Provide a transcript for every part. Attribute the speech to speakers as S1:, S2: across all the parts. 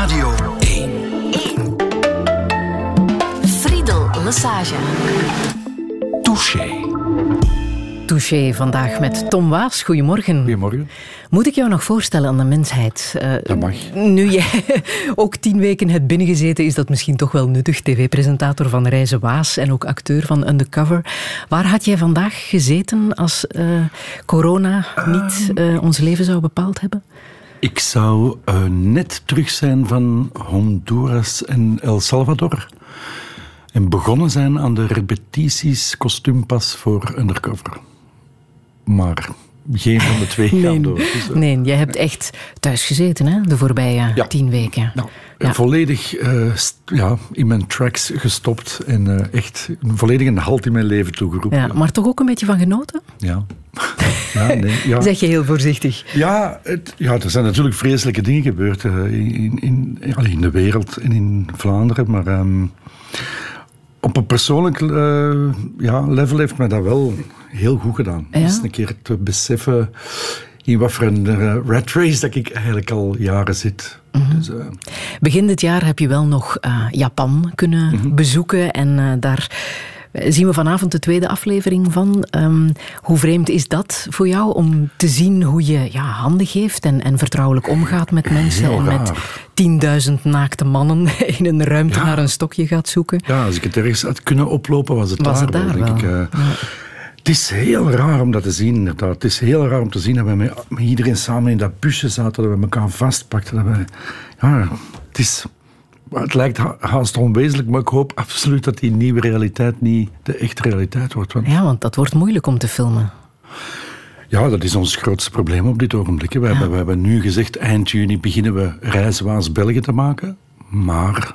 S1: Radio 1.
S2: Friedel Lesage. Touché vandaag met Tom Waas. Goedemorgen.
S3: Goedemorgen.
S2: Moet ik jou nog voorstellen aan de mensheid?
S3: Dat mag.
S2: Nu jij ook 10 weken hebt binnengezeten, is dat misschien toch wel nuttig. TV-presentator van Reizen Waas en ook acteur van Undercover. Waar had jij vandaag gezeten als corona niet ons leven zou bepaald hebben?
S3: Ik zou net terug zijn van Honduras en El Salvador. En begonnen zijn aan de repetities kostuumpas voor Undercover. Maar geen van de twee gaan door. Dus,
S2: nee, jij hebt echt thuis gezeten, hè, de voorbije 10 weken.
S3: Nou, volledig in mijn tracks gestopt en echt volledig een halt in mijn leven toegeroepen.
S2: Ja, maar toch ook een beetje van genoten?
S3: Ja. Zeg
S2: je heel voorzichtig.
S3: Ja, er zijn natuurlijk vreselijke dingen gebeurd in de wereld en in Vlaanderen, maar op een persoonlijk level heeft mij dat wel heel goed gedaan.
S2: Ja?
S3: Dus een keer te beseffen in wat voor een rat race dat ik eigenlijk al jaren zit.
S2: Mm-hmm.
S3: Dus,
S2: begin dit jaar heb je wel nog Japan kunnen bezoeken en daar zien we vanavond de tweede aflevering van. Hoe vreemd is dat voor jou om te zien hoe je handen geeft en vertrouwelijk omgaat met mensen en met 10.000 naakte mannen in een ruimte naar een stokje gaat zoeken?
S3: Ja, als ik het ergens had kunnen oplopen, was het daar denk ik. Het is heel raar om dat te zien, inderdaad. Het is heel raar om te zien dat we met iedereen samen in dat busje zaten, dat we elkaar vastpakten. Het lijkt haast onwezenlijk, maar ik hoop absoluut dat die nieuwe realiteit niet de echte realiteit wordt.
S2: Want dat wordt moeilijk om te filmen.
S3: Ja, dat is ons grootste probleem op dit ogenblik. We hebben nu gezegd, eind juni beginnen we Reizen Waas België te maken. Maar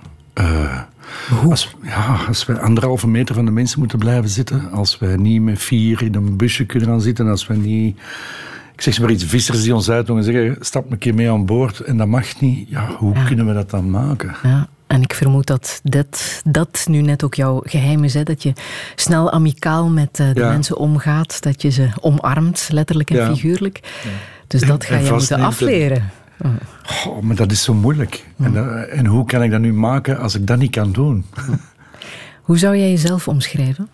S3: als wij 1,5 meter van de mensen moeten blijven zitten, als wij niet met 4 in een busje kunnen gaan zitten, als wij niet... Ik zeg maar iets, vissers die ons uitnodigen en zeggen, stap een keer mee aan boord en dat mag niet. Ja, hoe kunnen we dat dan maken?
S2: Ja, en ik vermoed dat nu net ook jouw geheim is, hè? Dat je snel amicaal met de mensen omgaat, dat je ze omarmt, letterlijk en figuurlijk. Ja. Dus dat ga je moeten afleren.
S3: Maar dat is zo moeilijk. En hoe kan ik dat nu maken als ik dat niet kan doen?
S2: Hoe zou jij jezelf omschrijven?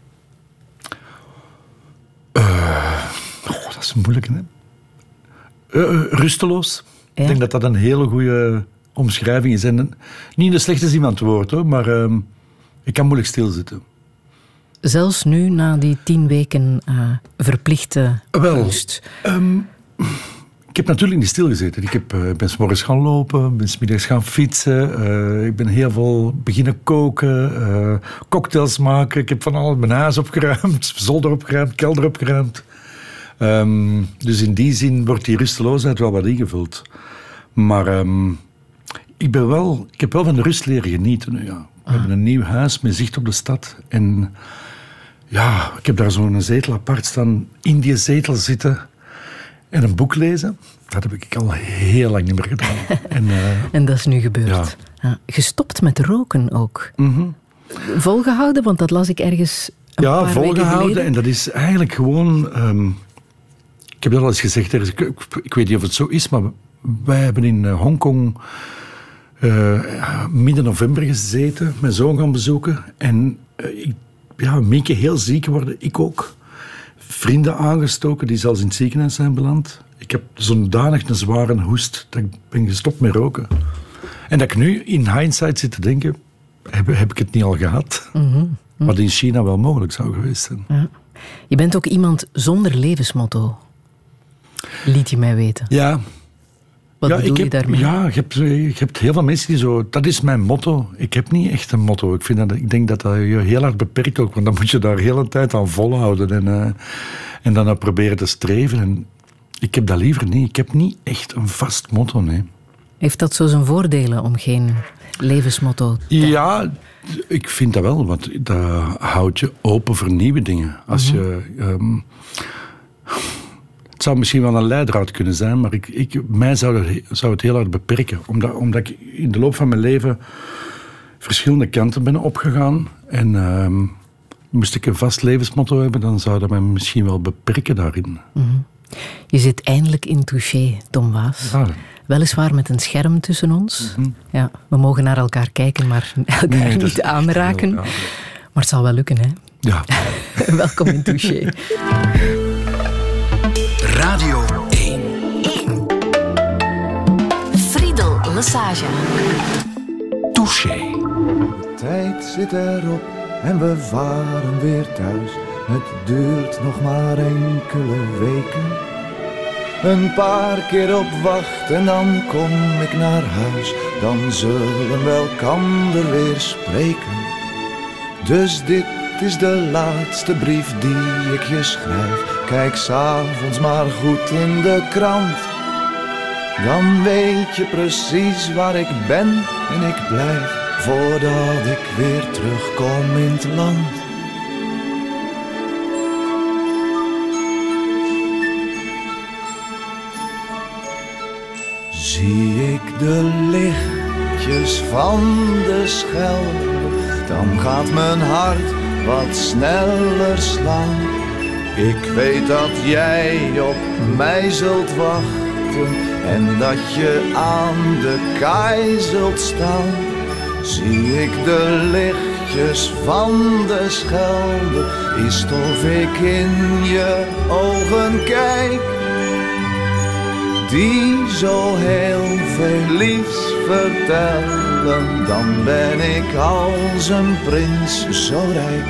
S3: Dat is moeilijk, hè? Rusteloos. Ja. Ik denk dat dat een hele goede omschrijving is. En niet een slechte zin aan het woord, hoor, maar ik kan moeilijk stilzitten.
S2: Zelfs nu, na die 10 weken verplichte rust?
S3: Ik heb natuurlijk niet stilgezeten. Ik ben 's morgens gaan lopen, ben 's middags gaan fietsen. Ik ben heel veel beginnen koken, cocktails maken. Ik heb van alles mijn huis opgeruimd, zolder opgeruimd, kelder opgeruimd. Dus in die zin wordt die rusteloosheid wel wat ingevuld. Maar ik heb wel van de rust leren genieten nu, ja. We hebben een nieuw huis met zicht op de stad. En ja, ik heb daar zo'n zetel apart staan, in die zetel zitten en een boek lezen. Dat heb ik al heel lang niet meer gedaan.
S2: En dat is nu gebeurd. Ja. Gestopt met roken ook. Mm-hmm. Volgehouden, want dat las ik ergens een paar weken geleden. Ja, volgehouden.
S3: En dat is eigenlijk gewoon... ik heb dat al eens gezegd, ik weet niet of het zo is, maar wij hebben in Hongkong midden november gezeten, mijn zoon gaan bezoeken. En Mieke heel ziek geworden, ik ook. Vrienden aangestoken die zelfs in het ziekenhuis zijn beland. Ik heb zodanig een zware hoest dat ik ben gestopt met roken. En dat ik nu in hindsight zit te denken, heb ik het niet al gehad? Mm-hmm. Wat in China wel mogelijk zou geweest zijn.
S2: Ja. Je bent ook iemand zonder levensmotto, liet je mij weten.
S3: Ja.
S2: Wat bedoel je daarmee?
S3: Ja, je hebt heel veel mensen die zo... Dat is mijn motto. Ik heb niet echt een motto. Ik denk dat dat je heel hard beperkt ook, want dan moet je daar de hele tijd aan volhouden en dan proberen te streven. En ik heb dat liever niet. Ik heb niet echt een vast motto, nee.
S2: Heeft dat zo zijn voordelen om geen levensmotto te hebben?
S3: Ja, ik vind dat wel, want dat houdt je open voor nieuwe dingen. Als je... Het zou misschien wel een leidraad kunnen zijn, maar mij zou het heel hard beperken. Omdat ik in de loop van mijn leven verschillende kanten ben opgegaan. En moest ik een vast levensmotto hebben, dan zou dat mij misschien wel beperken daarin.
S2: Mm-hmm. Je zit eindelijk in Touché, Tom Waas.
S3: Ja.
S2: Weliswaar met een scherm tussen ons.
S3: Mm-hmm.
S2: Ja, we mogen naar elkaar kijken, maar elkaar niet aanraken. Maar het zal wel lukken, hè?
S3: Ja.
S2: Welkom in Touché.
S1: Radio 1.
S4: Friedel Lesage.
S1: Touché.
S5: De tijd zit erop en we varen weer thuis. Het duurt nog maar enkele weken. Een paar keer op wacht en dan kom ik naar huis. Dan zullen we elkander weer spreken. Dus dit is de laatste brief die ik je schrijf. Kijk 's avonds maar goed in de krant. Dan weet je precies waar ik ben en ik blijf. Voordat ik weer terugkom in het land. Zie ik de lichtjes van de Schelde, dan gaat mijn hart wat sneller slaan. Ik weet dat jij op mij zult wachten en dat je aan de kaai zult staan. Zie ik de lichtjes van de Schelde, is het of ik in je ogen kijk, die zo heel veel liefs vertellen. Dan ben ik als een prins zo rijk.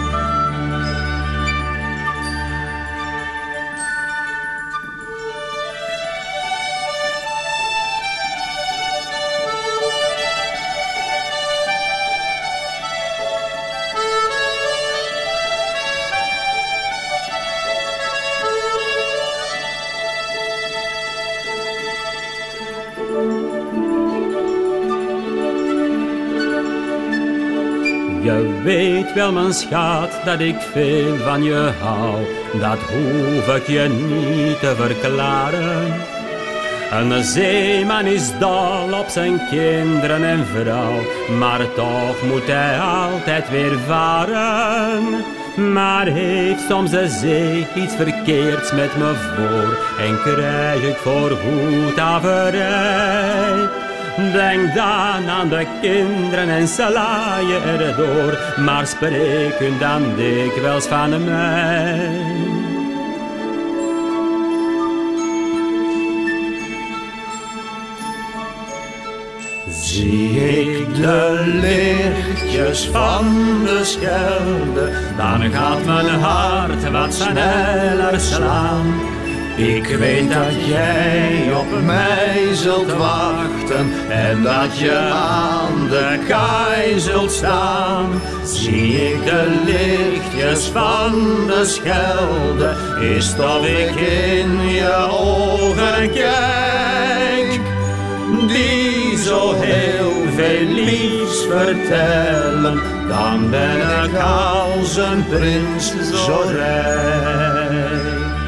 S6: Je weet wel, mijn schat, dat ik veel van je hou. Dat hoef ik je niet te verklaren. Een zeeman is dol op zijn kinderen en vrouw, maar toch moet hij altijd weer varen. Maar heeft soms de zee iets verkeerds met me voor en krijg ik voorgoed averij. Denk dan aan de kinderen en sla je erdoor, maar spreken dan dikwijls van mij.
S5: Zie ik de lichtjes van de Schelde, dan gaat mijn hart wat sneller slaan. Ik weet dat jij op mij zult wachten en dat je aan de kaai zult staan. Zie ik de lichtjes van de Schelde, is het of ik in je ogen kijk, die zo heel veel liefs vertellen. Dan ben ik als een prins zo rijk.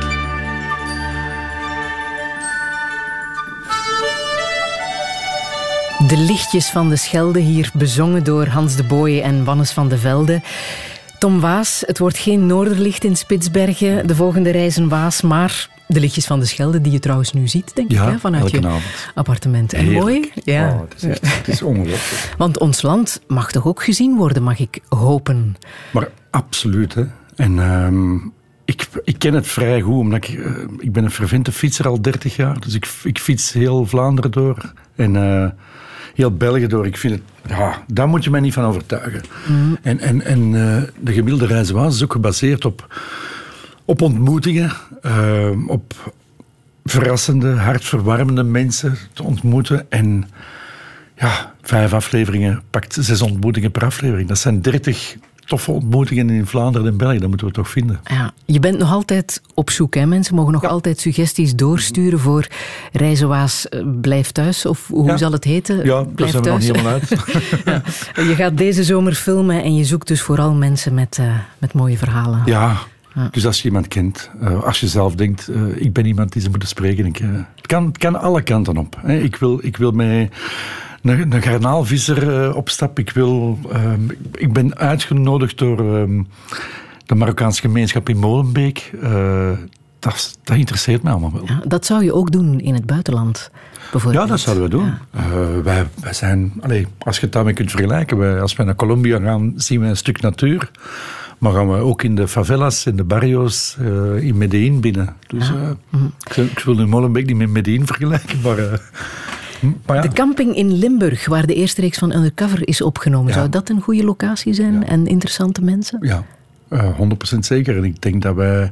S2: De lichtjes van de Schelde, hier bezongen door Hans de Booy en Wannes van de Velde. Tom Waas, het wordt geen Noorderlicht in Spitsbergen, de volgende reis een Waas, maar de lichtjes van de Schelde, die je trouwens nu ziet, denk ik, hè, vanuit je
S3: avond.
S2: appartement. En
S3: Heerlijk.
S2: mooi. Ja.
S3: Oh, het is ongelooflijk.
S2: Want ons land mag toch ook gezien worden, mag ik hopen.
S3: Maar absoluut, hè. En ik ken het vrij goed, omdat ik ben een fervente fietser al 30 jaar. Dus ik fiets heel Vlaanderen door en heel België door. Ik vind het, ja, daar moet je mij niet van overtuigen. Mm. En de gemiddelde reis Waas is ook gebaseerd op ontmoetingen, op verrassende, hartverwarmende mensen te ontmoeten. En ja, 5 afleveringen pakt 6 ontmoetingen per aflevering. Dat zijn 30 toffe ontmoetingen in Vlaanderen en België. Dat moeten we toch vinden.
S2: Ja, je bent nog altijd op zoek, hè? Mensen mogen nog altijd suggesties doorsturen voor Reizen Waas Blijf Thuis, of hoe zal het heten?
S3: Ja,
S2: Blijf
S3: daar zijn we nog niet helemaal uit.
S2: Ja. Je gaat deze zomer filmen en je zoekt dus vooral mensen met mooie verhalen.
S3: Ja. Dus als je iemand kent, als je zelf denkt, ik ben iemand die ze moeten spreken. Het kan alle kanten op. Hè. Ik wil met een garnaalvisser op stap. Ik ben uitgenodigd door de Marokkaanse gemeenschap in Molenbeek. dat interesseert mij allemaal wel.
S2: Ja, dat zou je ook doen in het buitenland, bijvoorbeeld.
S3: Ja, dat zouden we doen. Ja. Wij zijn... als je het daarmee kunt vergelijken, als we naar Colombia gaan, zien we een stuk natuur. Maar gaan we ook in de favelas, in de barrios, in Medellín binnen. Dus ik wil nu Molenbeek niet met Medellín vergelijken, maar ja.
S2: De camping in Limburg, waar de eerste reeks van Undercover is opgenomen. Ja. Zou dat een goede locatie zijn en interessante mensen?
S3: Ja, 100% zeker. En ik denk dat wij...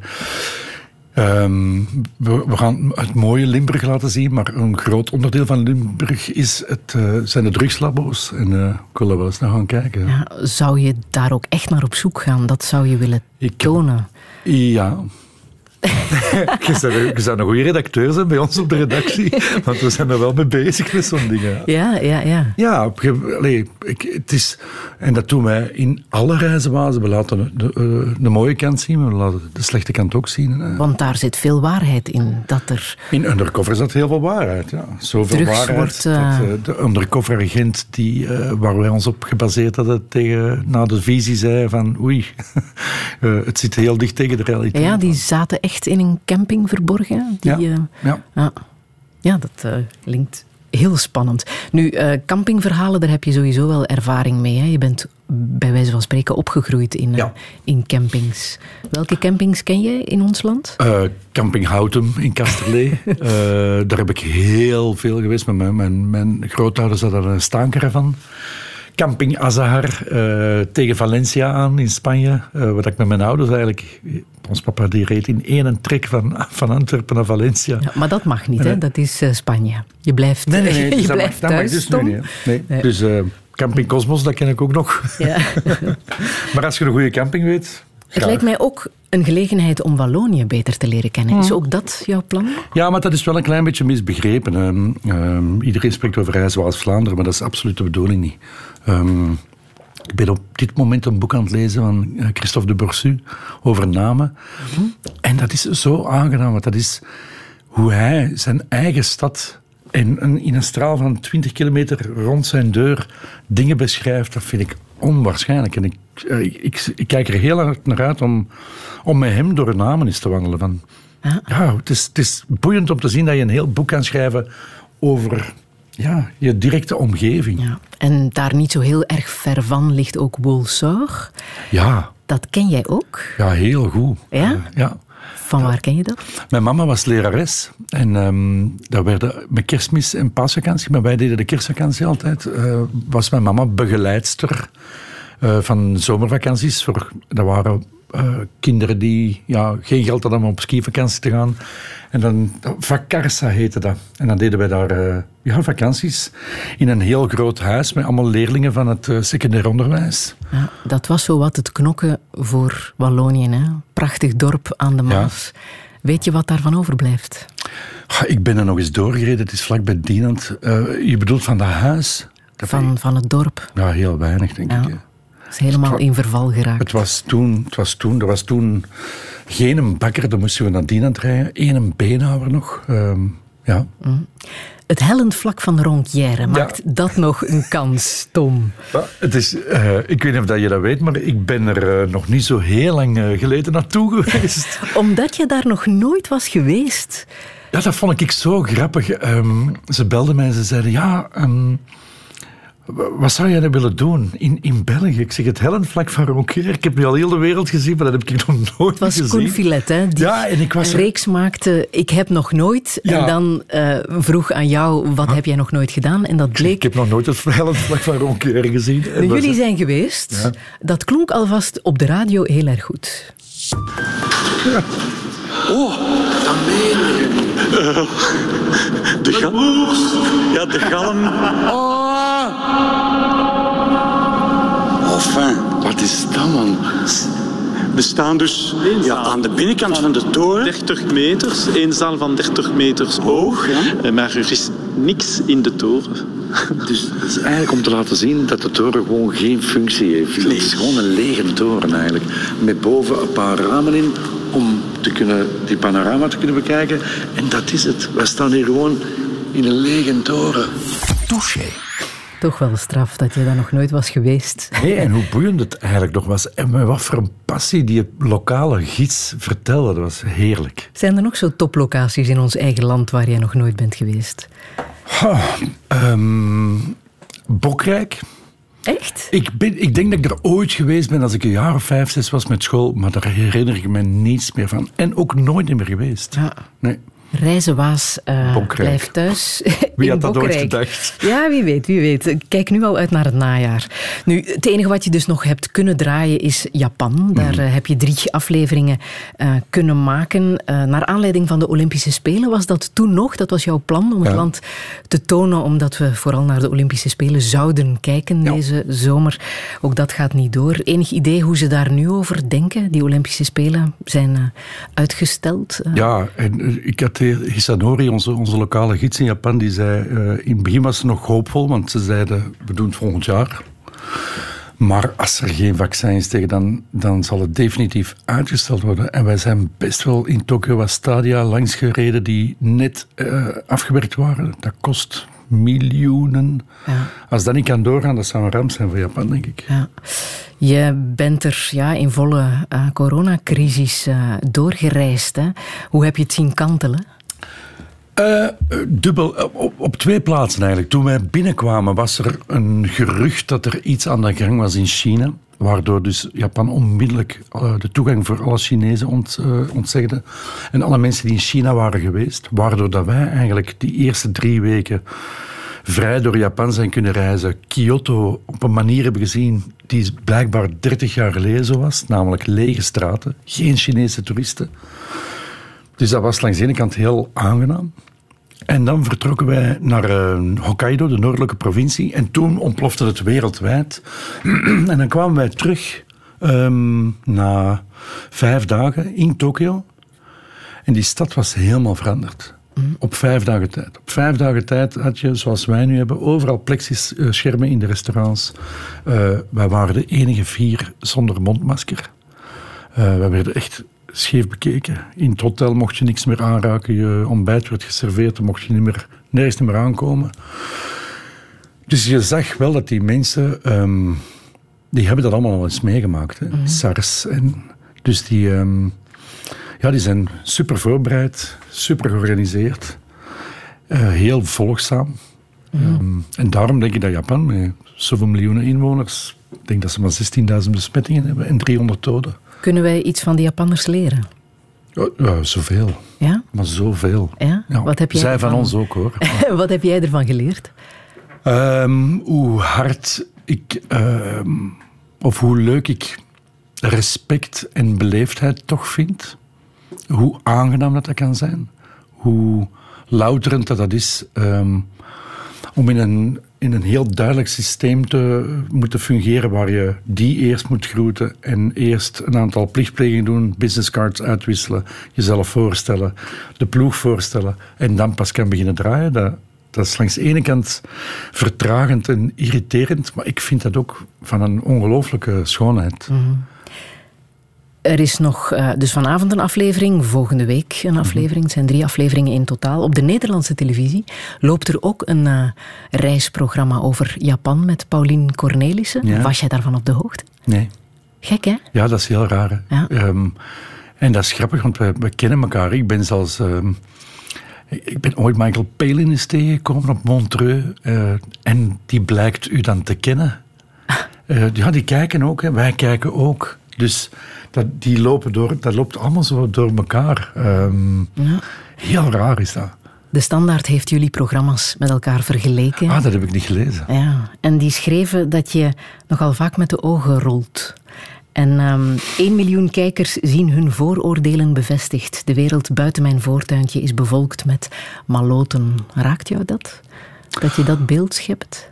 S3: we gaan het mooie Limburg laten zien, maar een groot onderdeel van Limburg zijn de drugslabo's. En ik wil er wel eens naar gaan kijken.
S2: Ja, zou je daar ook echt naar op zoek gaan? Dat zou je willen tonen?
S3: Ja. Je zou een goede redacteur zijn bij ons op de redactie, want we zijn er wel mee bezig met zo'n dingen.
S2: Ja.
S3: Ja, het is... En dat doen wij in alle reizenwazen. We laten de mooie kant zien, maar we laten de slechte kant ook zien.
S2: Want daar zit veel waarheid in.
S3: In Undercover zit heel veel waarheid, ja. Zoveel waarheid dat de undercover-agent waar wij ons op gebaseerd hadden na de visie zei van oei, het zit heel dicht tegen de realiteit.
S2: Ja, die zaten echt in een camping verborgen. Ja, dat klinkt heel spannend. Nu, campingverhalen, daar heb je sowieso wel ervaring mee. Hè? Je bent bij wijze van spreken opgegroeid in campings. Welke campings ken jij in ons land?
S3: Camping Houtem in Kasterlee. Daar heb ik heel veel geweest. Mijn grootouders hadden een staancaravan. Camping Azahar tegen Valencia aan in Spanje. Wat ik met mijn ouders eigenlijk... Ons papa die reed in één trek van Antwerpen naar Valencia. Ja,
S2: maar dat mag niet, hè? Dat is Spanje. Je blijft,
S3: nee,
S2: je blijft thuis,
S3: dus Tom. Nee. Dus Camping Cosmos, dat ken ik ook nog. Ja. Maar als je een goede camping weet... Graag.
S2: Het lijkt mij ook een gelegenheid om Wallonië beter te leren kennen. Is ook dat jouw plan?
S3: Ja, maar dat is wel een klein beetje misbegrepen. Iedereen spreekt over Rijs-Waals-Vlaanderen, maar dat is absoluut de bedoeling niet. Ik ben op dit moment een boek aan het lezen van Christophe de Borsu over Namen. En dat is zo aangenaam, want dat is hoe hij zijn eigen stad in een straal van 20 kilometer rond zijn deur dingen beschrijft. Dat vind ik onwaarschijnlijk. En ik kijk er heel hard naar uit om met hem door Namen eens te wandelen. Het is boeiend om te zien dat je een heel boek kan schrijven over... Ja, je directe omgeving. Ja.
S2: En daar niet zo heel erg ver van ligt ook Wolsog.
S3: Ja.
S2: Dat ken jij ook?
S3: Ja, heel goed.
S2: Ja?
S3: Ja.
S2: Van waar ken je dat?
S3: Mijn mama was lerares. En dat werden met kerstmis en paasvakantie. Maar wij deden de kerstvakantie altijd. Was mijn mama begeleidster van zomervakanties. Dat waren kinderen die geen geld hadden om op skivakantie te gaan. En dan, Vakarsa heette dat. En dan deden wij daar vakanties in een heel groot huis met allemaal leerlingen van het secundair onderwijs. Ja,
S2: dat was zo wat het knokken voor Wallonië. Hè? Prachtig dorp aan de Maas. Ja. Weet je wat daarvan overblijft?
S3: Ik ben er nog eens doorgereden. Het is vlakbij Dinant. Je bedoelt van dat huis?
S2: Van het dorp?
S3: Ja, heel weinig, denk ik.
S2: Het is helemaal in verval geraakt.
S3: Er was toen geen bakker, dan moesten we naar Dinant rijden. Eén beenhouwer nog.
S2: Het hellend vlak van Ronquière, maakt dat nog een kans, Tom?
S3: Het is, ik weet niet of je dat weet, maar ik ben er nog niet zo heel lang geleden naartoe geweest.
S2: Omdat je daar nog nooit was geweest?
S3: Ja, dat vond ik zo grappig. Ze belden mij en ze zeiden... wat zou jij nou willen doen in België? Ik zeg, het hellend vlak van Ronquière. Ik heb nu al heel de wereld gezien, maar dat heb ik nog nooit gezien.
S2: Het was Koen Filet, hè? Die een reeks maakte, ik heb nog nooit. Ja. En dan vroeg aan jou, wat heb jij nog nooit gedaan? En dat bleek...
S3: Ik heb nog nooit het hellend vlak van Ronquière gezien.
S2: Jullie zijn geweest. Ja. Dat klonk alvast op de radio heel erg goed.
S7: Ja. Oh, dat meen je.
S5: De galm.
S7: Enfin, wat is dat, man?
S5: We staan dus
S7: aan de binnenkant van de toren.
S5: 30 meters, één zaal van 30 meters hoog. Ja. Maar er is niks in de toren.
S7: Dus het is eigenlijk om te laten zien dat de toren gewoon geen functie heeft. Nee. Het is gewoon een lege toren eigenlijk. Met boven een paar ramen in om die panorama te kunnen bekijken. En dat is het. Wij staan hier gewoon in een lege toren.
S1: Touché.
S2: Toch wel straf dat je daar nog nooit was geweest.
S3: Nee, en hoe boeiend het eigenlijk nog was. En met wat voor een passie die lokale gids vertelde. Dat was heerlijk.
S2: Zijn er nog zo toplocaties in ons eigen land waar jij nog nooit bent geweest?
S3: Bokrijk.
S2: Echt?
S3: Ik denk dat ik er ooit geweest ben als ik een jaar of 5, 6 was met school, maar daar herinner ik me niets meer van. En ook nooit meer geweest.
S2: Ja.
S3: Nee.
S2: Reizenwaas blijft thuis.
S3: Wie had dat
S2: Bokrijk.
S3: ooit gedacht?
S2: Ja, wie weet. Kijk nu al uit naar het najaar. Nu, het enige wat je dus nog hebt kunnen draaien is Japan. Daar heb je 3 afleveringen kunnen maken. Naar aanleiding van de Olympische Spelen was dat toen nog. Dat was jouw plan om het land te tonen, omdat we vooral naar de Olympische Spelen zouden kijken deze zomer. Ook dat gaat niet door. Enig idee hoe ze daar nu over denken? Die Olympische Spelen zijn uitgesteld.
S3: Ja, en ik had Hisanori, onze lokale gids in Japan, die zei, in het begin was ze nog hoopvol, want ze zeiden, we doen het volgend jaar. Maar als er geen vaccin is tegen, dan zal het definitief uitgesteld worden. En wij zijn best wel in Tokio wat stadia langs gereden die net afgewerkt waren. Dat kost miljoenen. Ja. Als dat niet kan doorgaan, dat zou een ramp zijn voor Japan, denk ik. Ja.
S2: Je bent er in volle coronacrisis doorgereisd. Hè? Hoe heb je het zien kantelen?
S3: Dubbel, op 2 plaatsen eigenlijk. Toen wij binnenkwamen was er een gerucht dat er iets aan de gang was in China, waardoor dus Japan onmiddellijk de toegang voor alle Chinezen ontzegde. En alle mensen die in China waren geweest, waardoor dat wij eigenlijk die eerste 3 weken vrij door Japan zijn kunnen reizen. Kyoto op een manier hebben gezien die blijkbaar 30 jaar geleden zo was, namelijk lege straten, geen Chinese toeristen. Dus dat was langs de ene kant heel aangenaam. En dan vertrokken wij naar Hokkaido, de noordelijke provincie. En toen ontplofte het wereldwijd. En dan kwamen wij terug na 5 dagen in Tokio. En die stad was helemaal veranderd. Op 5 dagen tijd. Op 5 dagen tijd had je, zoals wij nu hebben, overal plexischermen in de restaurants. Wij waren de enige 4 zonder mondmasker. Wij werden echt scheef bekeken. In het hotel mocht je niks meer aanraken. Je ontbijt werd geserveerd, dan mocht je nergens meer aankomen. Dus je zag wel dat die mensen, die hebben dat allemaal al eens meegemaakt. Hè. SARS. En dus die zijn super voorbereid, super georganiseerd, heel volgzaam. En daarom denk ik dat Japan, met zoveel miljoenen inwoners, ik denk dat ze maar 16.000 besmettingen hebben en 300 doden.
S2: Kunnen wij iets van de Japanners leren?
S3: Ja, zoveel.
S2: Ja?
S3: Maar zoveel.
S2: Ja?
S3: Ja,
S2: wat heb jij
S3: zij van ons ook, hoor.
S2: Wat heb jij ervan geleerd?
S3: Hoe hard ik, of hoe leuk ik respect en beleefdheid toch vind. Hoe aangenaam dat kan zijn. Hoe louterend dat is om in een heel duidelijk systeem te moeten fungeren waar je die eerst moet groeten en eerst een aantal plichtplegingen doen, businesscards uitwisselen, jezelf voorstellen, de ploeg voorstellen en dan pas kan beginnen draaien. Dat is langs de ene kant vertragend en irriterend, maar ik vind dat ook van een ongelooflijke schoonheid.
S2: Er is nog dus vanavond een aflevering, volgende week een aflevering. Het zijn 3 afleveringen in totaal. Op de Nederlandse televisie loopt er ook een reisprogramma over Japan met Paulien Cornelissen. Ja. Was jij daarvan op de hoogte?
S3: Nee.
S2: Gek, hè?
S3: Ja, dat is heel raar. Ja. En dat is grappig, want we kennen elkaar. Ik ben zelfs... ik ben ooit Michael Palin eens tegengekomen op Montreux. En die blijkt u dan te kennen. Die kijken ook, hè. Wij kijken ook. Dus dat loopt allemaal zo door elkaar. Heel raar is dat.
S2: De Standaard heeft jullie programma's met elkaar vergeleken.
S3: Dat heb ik niet gelezen.
S2: Ja, en die schreven dat je nogal vaak met de ogen rolt. En 1 miljoen kijkers zien hun vooroordelen bevestigd. De wereld buiten mijn voortuintje is bevolkt met maloten. Raakt jou dat? Dat je dat beeld schept?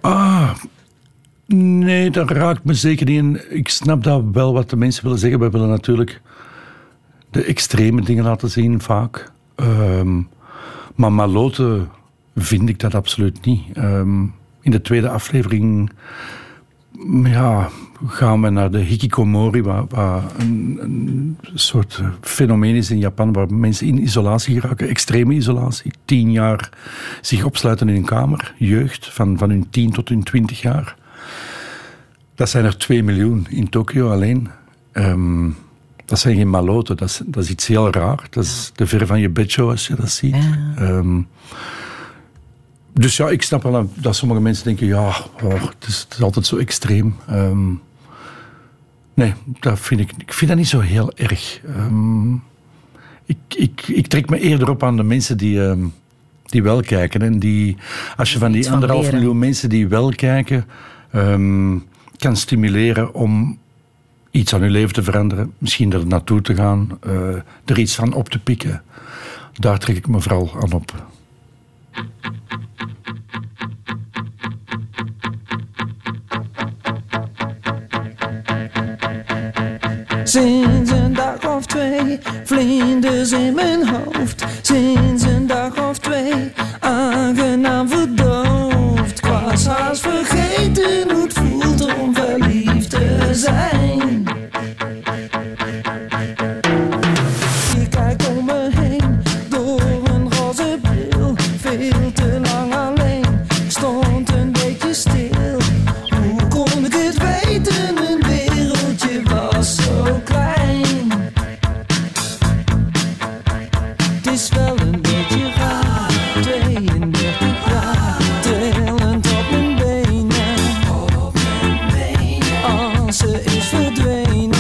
S3: Nee, dat raakt me zeker niet in. Ik snap dat wel wat de mensen willen zeggen. We willen natuurlijk de extreme dingen laten zien, vaak. Maar maloten vind ik dat absoluut niet. In de tweede aflevering gaan we naar de hikikomori, waar een soort fenomeen is in Japan, waar mensen in isolatie geraken, extreme isolatie. 10 jaar zich opsluiten in een kamer, jeugd, van hun 10 tot hun 20 jaar. Dat zijn er 2 miljoen in Tokio alleen. Dat zijn geen maloten, dat is iets heel raar. Dat is te ver van je bedshow als je dat ziet. Ja. Dus ik snap wel dat sommige mensen denken, het is altijd zo extreem. Nee, dat vind ik vind dat niet zo heel erg. Ik trek me eerder op aan de mensen die wel kijken. En als je van die 1,5 miljoen mensen die wel kijken, kan stimuleren om iets aan je leven te veranderen, misschien er naartoe te gaan, er iets van op te pikken. Daar trek ik me vooral aan op.
S8: Sinds een dag of 2, vlinders in mijn hoofd. Sinds een dag of 2, aangenaam verdoofd. Ik was haast vergeten hoe het voelt om verliefd te zijn. Ik kijk om me heen, door een roze bril. Veel te lang alleen, stond een beetje stil. Hoe kon ik het weten, mijn wereldje was zo klein. Het is wel een beetje raar, 32 jaar, trillend op mijn benen. Als ze is verdwenen.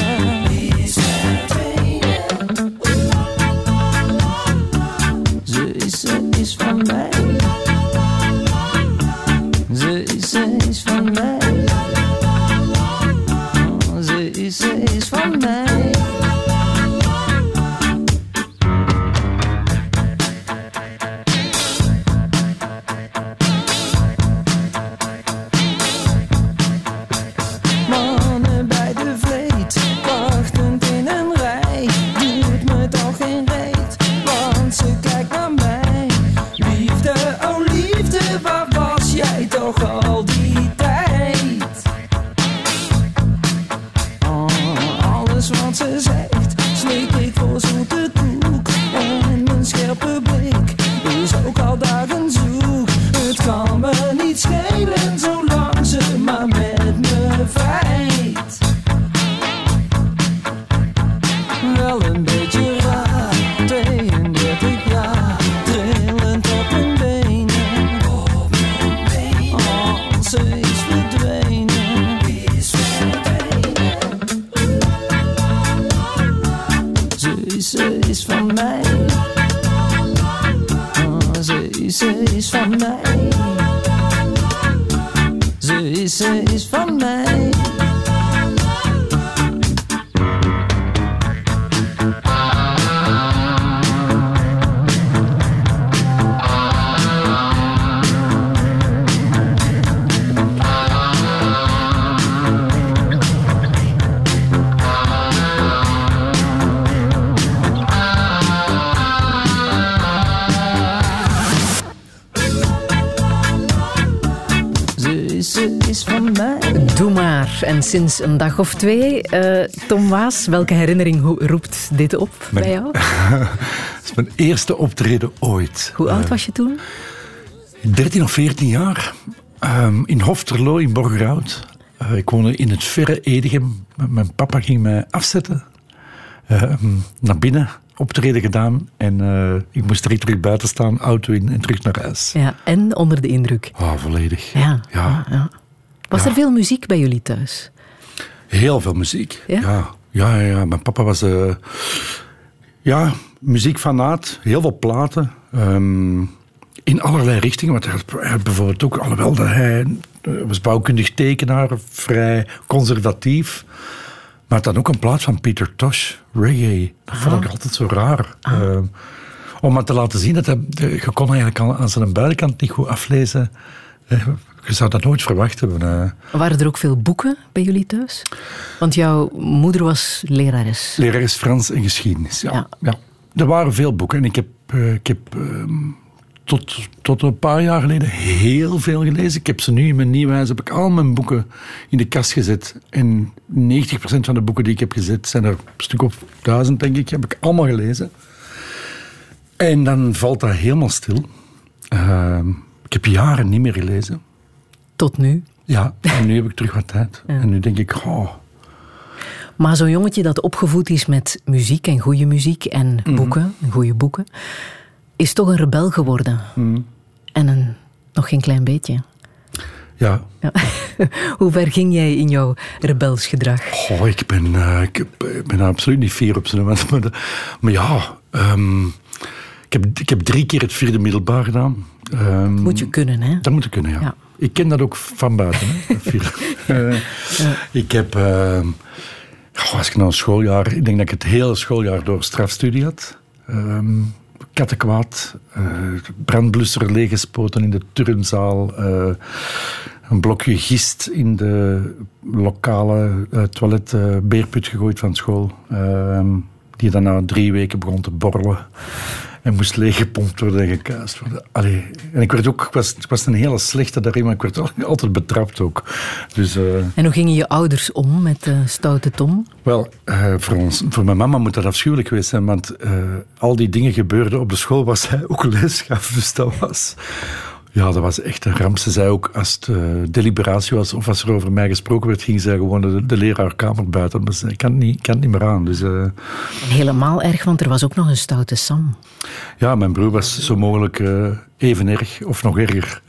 S8: Ze is van mij. Ze is van mij. Ze is van mij. Mannen bij de vleet, wachtend in een rij, doet me toch geen reet, want ze kijkt naar mij. Liefde, oh liefde, waar was jij toch al die tijd? Alles wat ze zegt, slik ik voor zoete koek. En mijn scherpe blik is ook al dagen zoek. Het kan me niet schelen, zolang ze maar met me vrijt. Wel een beetje raar, 32 jaar, trillend op mijn benen. Ze is verdwenen. Ze is van mij. Ze is van mij. Ze is van mij. Ze is van mij.
S2: Doe maar. En sinds een dag of 2, Tom Waas, welke herinnering roept dit op bij jou?
S3: Het is mijn eerste optreden ooit.
S2: Hoe oud was je toen?
S3: 13 of 14 jaar. In Hofterlo in Borgerhout. Ik woonde in het verre Edegem. Mijn papa ging mij afzetten. Naar binnen. Optreden gedaan. En ik moest direct terug buiten staan. Auto in en terug naar huis.
S2: Ja, en onder de indruk.
S3: Volledig.
S2: Ja. Was er veel muziek bij jullie thuis?
S3: Heel veel muziek. Ja. Mijn papa was muziekfanaat. Heel veel platen. In allerlei richtingen. Want hij had bijvoorbeeld ook, alhoewel dat hij was bouwkundig tekenaar, vrij conservatief. Maar het had ook een plaat van Peter Tosh, reggae. Dat vond ik altijd zo raar. Om maar te laten zien dat je kon eigenlijk aan zijn buitenkant niet goed aflezen. Je zou dat nooit verwacht hebben.
S2: Waren er ook veel boeken bij jullie thuis? Want jouw moeder was lerares.
S3: Lerares Frans en geschiedenis, ja. Er waren veel boeken. En ik heb tot een paar jaar geleden heel veel gelezen. Ik heb ze nu in mijn nieuwe huis, heb ik al mijn boeken in de kast gezet. En 90% van de boeken die ik heb gezet, zijn er een stuk of 1000, denk ik, heb ik allemaal gelezen. En dan valt dat helemaal stil. Ik heb jaren niet meer gelezen.
S2: Tot nu?
S3: Ja, en nu heb ik terug wat tijd. Ja. En nu denk ik,
S2: Maar zo'n jongetje dat opgevoed is met muziek en goede muziek en boeken, goede boeken, is toch een rebel geworden. En nog geen klein beetje.
S3: Ja.
S2: Hoe ver ging jij in jouw rebels gedrag?
S3: Ik ben absoluut niet fier op zijn. Maar ja, ik heb 3 keer het 4e middelbaar gedaan.
S2: Moet je kunnen, hè?
S3: Dat moet je kunnen, ja. Ik ken dat ook van buiten. Hè? Ik heb... als ik nou een schooljaar... Ik denk dat ik het hele schooljaar door strafstudie had. Kattenkwaad. Brandblusser leeggespoten in de turnzaal. Een blokje gist in de lokale toilet beerput gegooid van school. Die dan na 3 weken begon te borrelen. En moest leeggepompt worden en gekuist worden. Allee. En ik was een hele slechte daarin, maar ik werd altijd betrapt ook. Dus,
S2: en hoe gingen je ouders om met stoute Tom?
S3: Wel, voor mijn mama moet dat afschuwelijk geweest zijn, want al die dingen gebeurden op de school waar zij ook les gaf. Dus dat was echt een ramp. Ze zei ook, als het deliberatie was of als er over mij gesproken werd, ging zij gewoon de leraarkamer buiten. Maar ik kan het niet meer aan. Dus,
S2: en helemaal erg, want er was ook nog een stoute Sam.
S3: Ja, mijn broer was zo mogelijk even erg, of nog erger.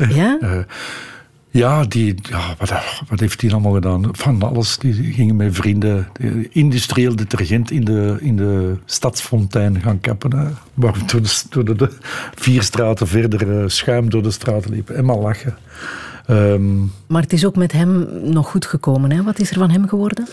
S2: Ja?
S3: Wat heeft hij allemaal gedaan? Van alles. Die gingen met vrienden industrieel detergent in de stadsfontein gaan kappen. Waar we door de 4 straten verder schuim door de straten liepen. En maar lachen.
S2: Maar het is ook met hem nog goed gekomen, hè? Wat is er van hem geworden?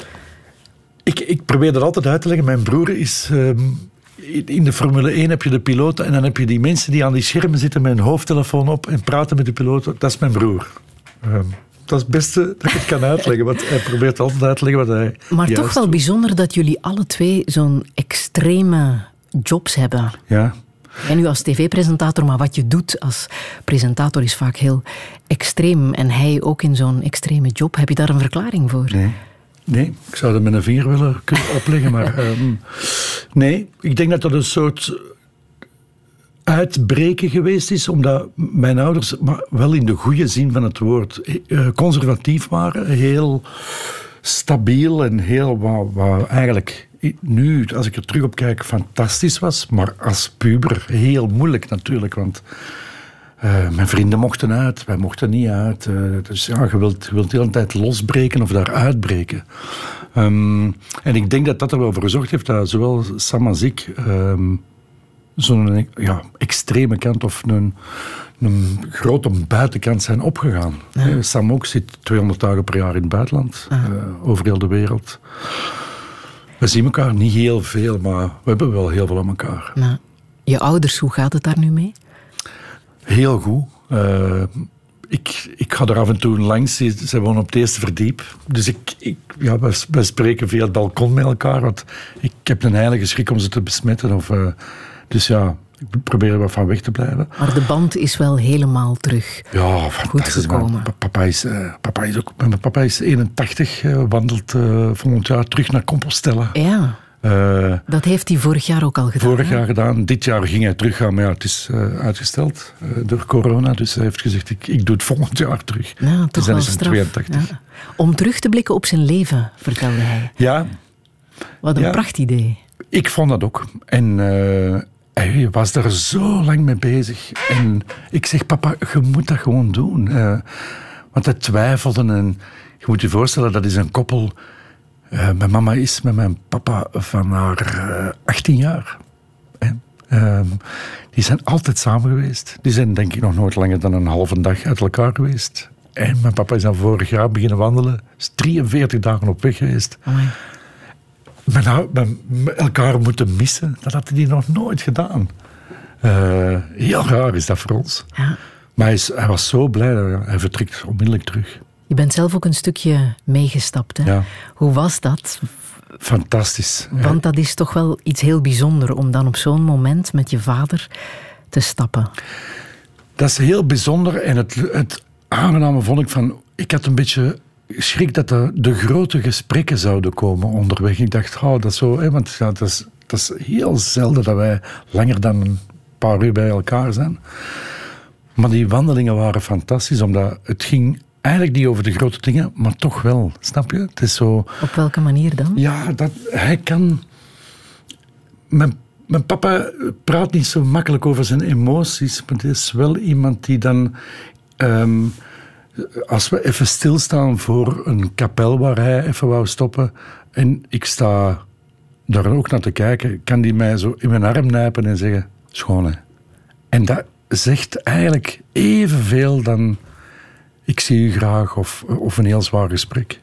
S3: Ik probeer dat altijd uit te leggen. Mijn broer is... in de Formule 1 heb je de piloten en dan heb je die mensen die aan die schermen zitten met een hoofdtelefoon op en praten met de piloten. Dat is mijn broer. Dat is het beste dat ik het kan uitleggen, want hij probeert altijd uit te leggen wat hij...
S2: Maar toch wel bijzonder dat jullie alle 2 zo'n extreme jobs hebben.
S3: Ja.
S2: En nu als tv-presentator, maar wat je doet als presentator is vaak heel extreem. En hij ook in zo'n extreme job. Heb je daar een verklaring voor?
S3: Nee, ik zou dat met een vinger willen kunnen opleggen, maar nee, ik denk dat dat een soort uitbreken geweest is, omdat mijn ouders, maar wel in de goede zin van het woord, conservatief waren, heel stabiel en heel wat eigenlijk nu, als ik er terug op kijk, fantastisch was, maar als puber heel moeilijk natuurlijk, want mijn vrienden mochten uit, wij mochten niet uit. Dus ja, je wilt de hele tijd losbreken of daar uitbreken. En ik denk dat dat er wel voor gezorgd heeft dat zowel Sam als ik zo'n extreme kant of een grote buitenkant zijn opgegaan. Ja. Sam ook zit 200 dagen per jaar in het buitenland, over heel de wereld. We zien elkaar niet heel veel, maar we hebben wel heel veel aan elkaar.
S2: Nou, je ouders, hoe gaat het daar nu mee?
S3: Heel goed. Ik ga er af en toe langs. Ze wonen op het eerste verdiep. Dus wij spreken via het balkon met elkaar. Want ik heb een heilige schrik om ze te besmetten. Dus ja, ik probeer er wat van weg te blijven.
S2: Maar de band is wel helemaal terug.
S3: Ja, fantastisch. Papa is 81, wandelt volgend jaar terug naar Compostela.
S2: Ja. Dat heeft hij vorig jaar ook al gedaan.
S3: Vorig jaar gedaan. Dit jaar ging hij teruggaan, maar ja, het is uitgesteld door corona. Dus hij heeft gezegd, ik doe het volgend jaar terug.
S2: Ja, toch wel
S3: is hij 82.
S2: Ja. Om terug te blikken op zijn leven, vertelde hij.
S3: Ja.
S2: Wat een prachtidee.
S3: Ik vond dat ook. En hij was daar zo lang mee bezig. En ik zeg, papa, je moet dat gewoon doen. Want hij twijfelde. En je moet je voorstellen, dat is een koppel... mijn mama is met mijn papa van haar 18 jaar. Die zijn altijd samen geweest. Die zijn denk ik nog nooit langer dan een halve dag uit elkaar geweest. En mijn papa is dan vorig jaar beginnen wandelen. Is 43 dagen op weg geweest. Met elkaar moeten missen. Dat had hij nog nooit gedaan. Heel raar is dat voor ons. Ja. Maar hij was zo blij dat hij vertrekt onmiddellijk terug.
S2: Je bent zelf ook een stukje meegestapt. Hè?
S3: Ja.
S2: Hoe was dat?
S3: Fantastisch.
S2: Want dat is toch wel iets heel bijzonders om dan op zo'n moment met je vader te stappen.
S3: Dat is heel bijzonder. En het aangename vond ik van... Ik had een beetje schrik dat de grote gesprekken zouden komen onderweg. Ik dacht, dat is zo... want dat is heel zelden dat wij langer dan een paar uur bij elkaar zijn. Maar die wandelingen waren fantastisch, omdat het ging eigenlijk niet over de grote dingen, maar toch wel. Snap je? Het is zo...
S2: Op welke manier dan?
S3: Ja, hij kan... Mijn papa praat niet zo makkelijk over zijn emoties, maar het is wel iemand die dan... als we even stilstaan voor een kapel waar hij even wou stoppen en ik sta daar ook naar te kijken, kan die mij zo in mijn arm nijpen en zeggen, schoon hè. En dat zegt eigenlijk evenveel dan ik zie u graag of een heel zwaar gesprek.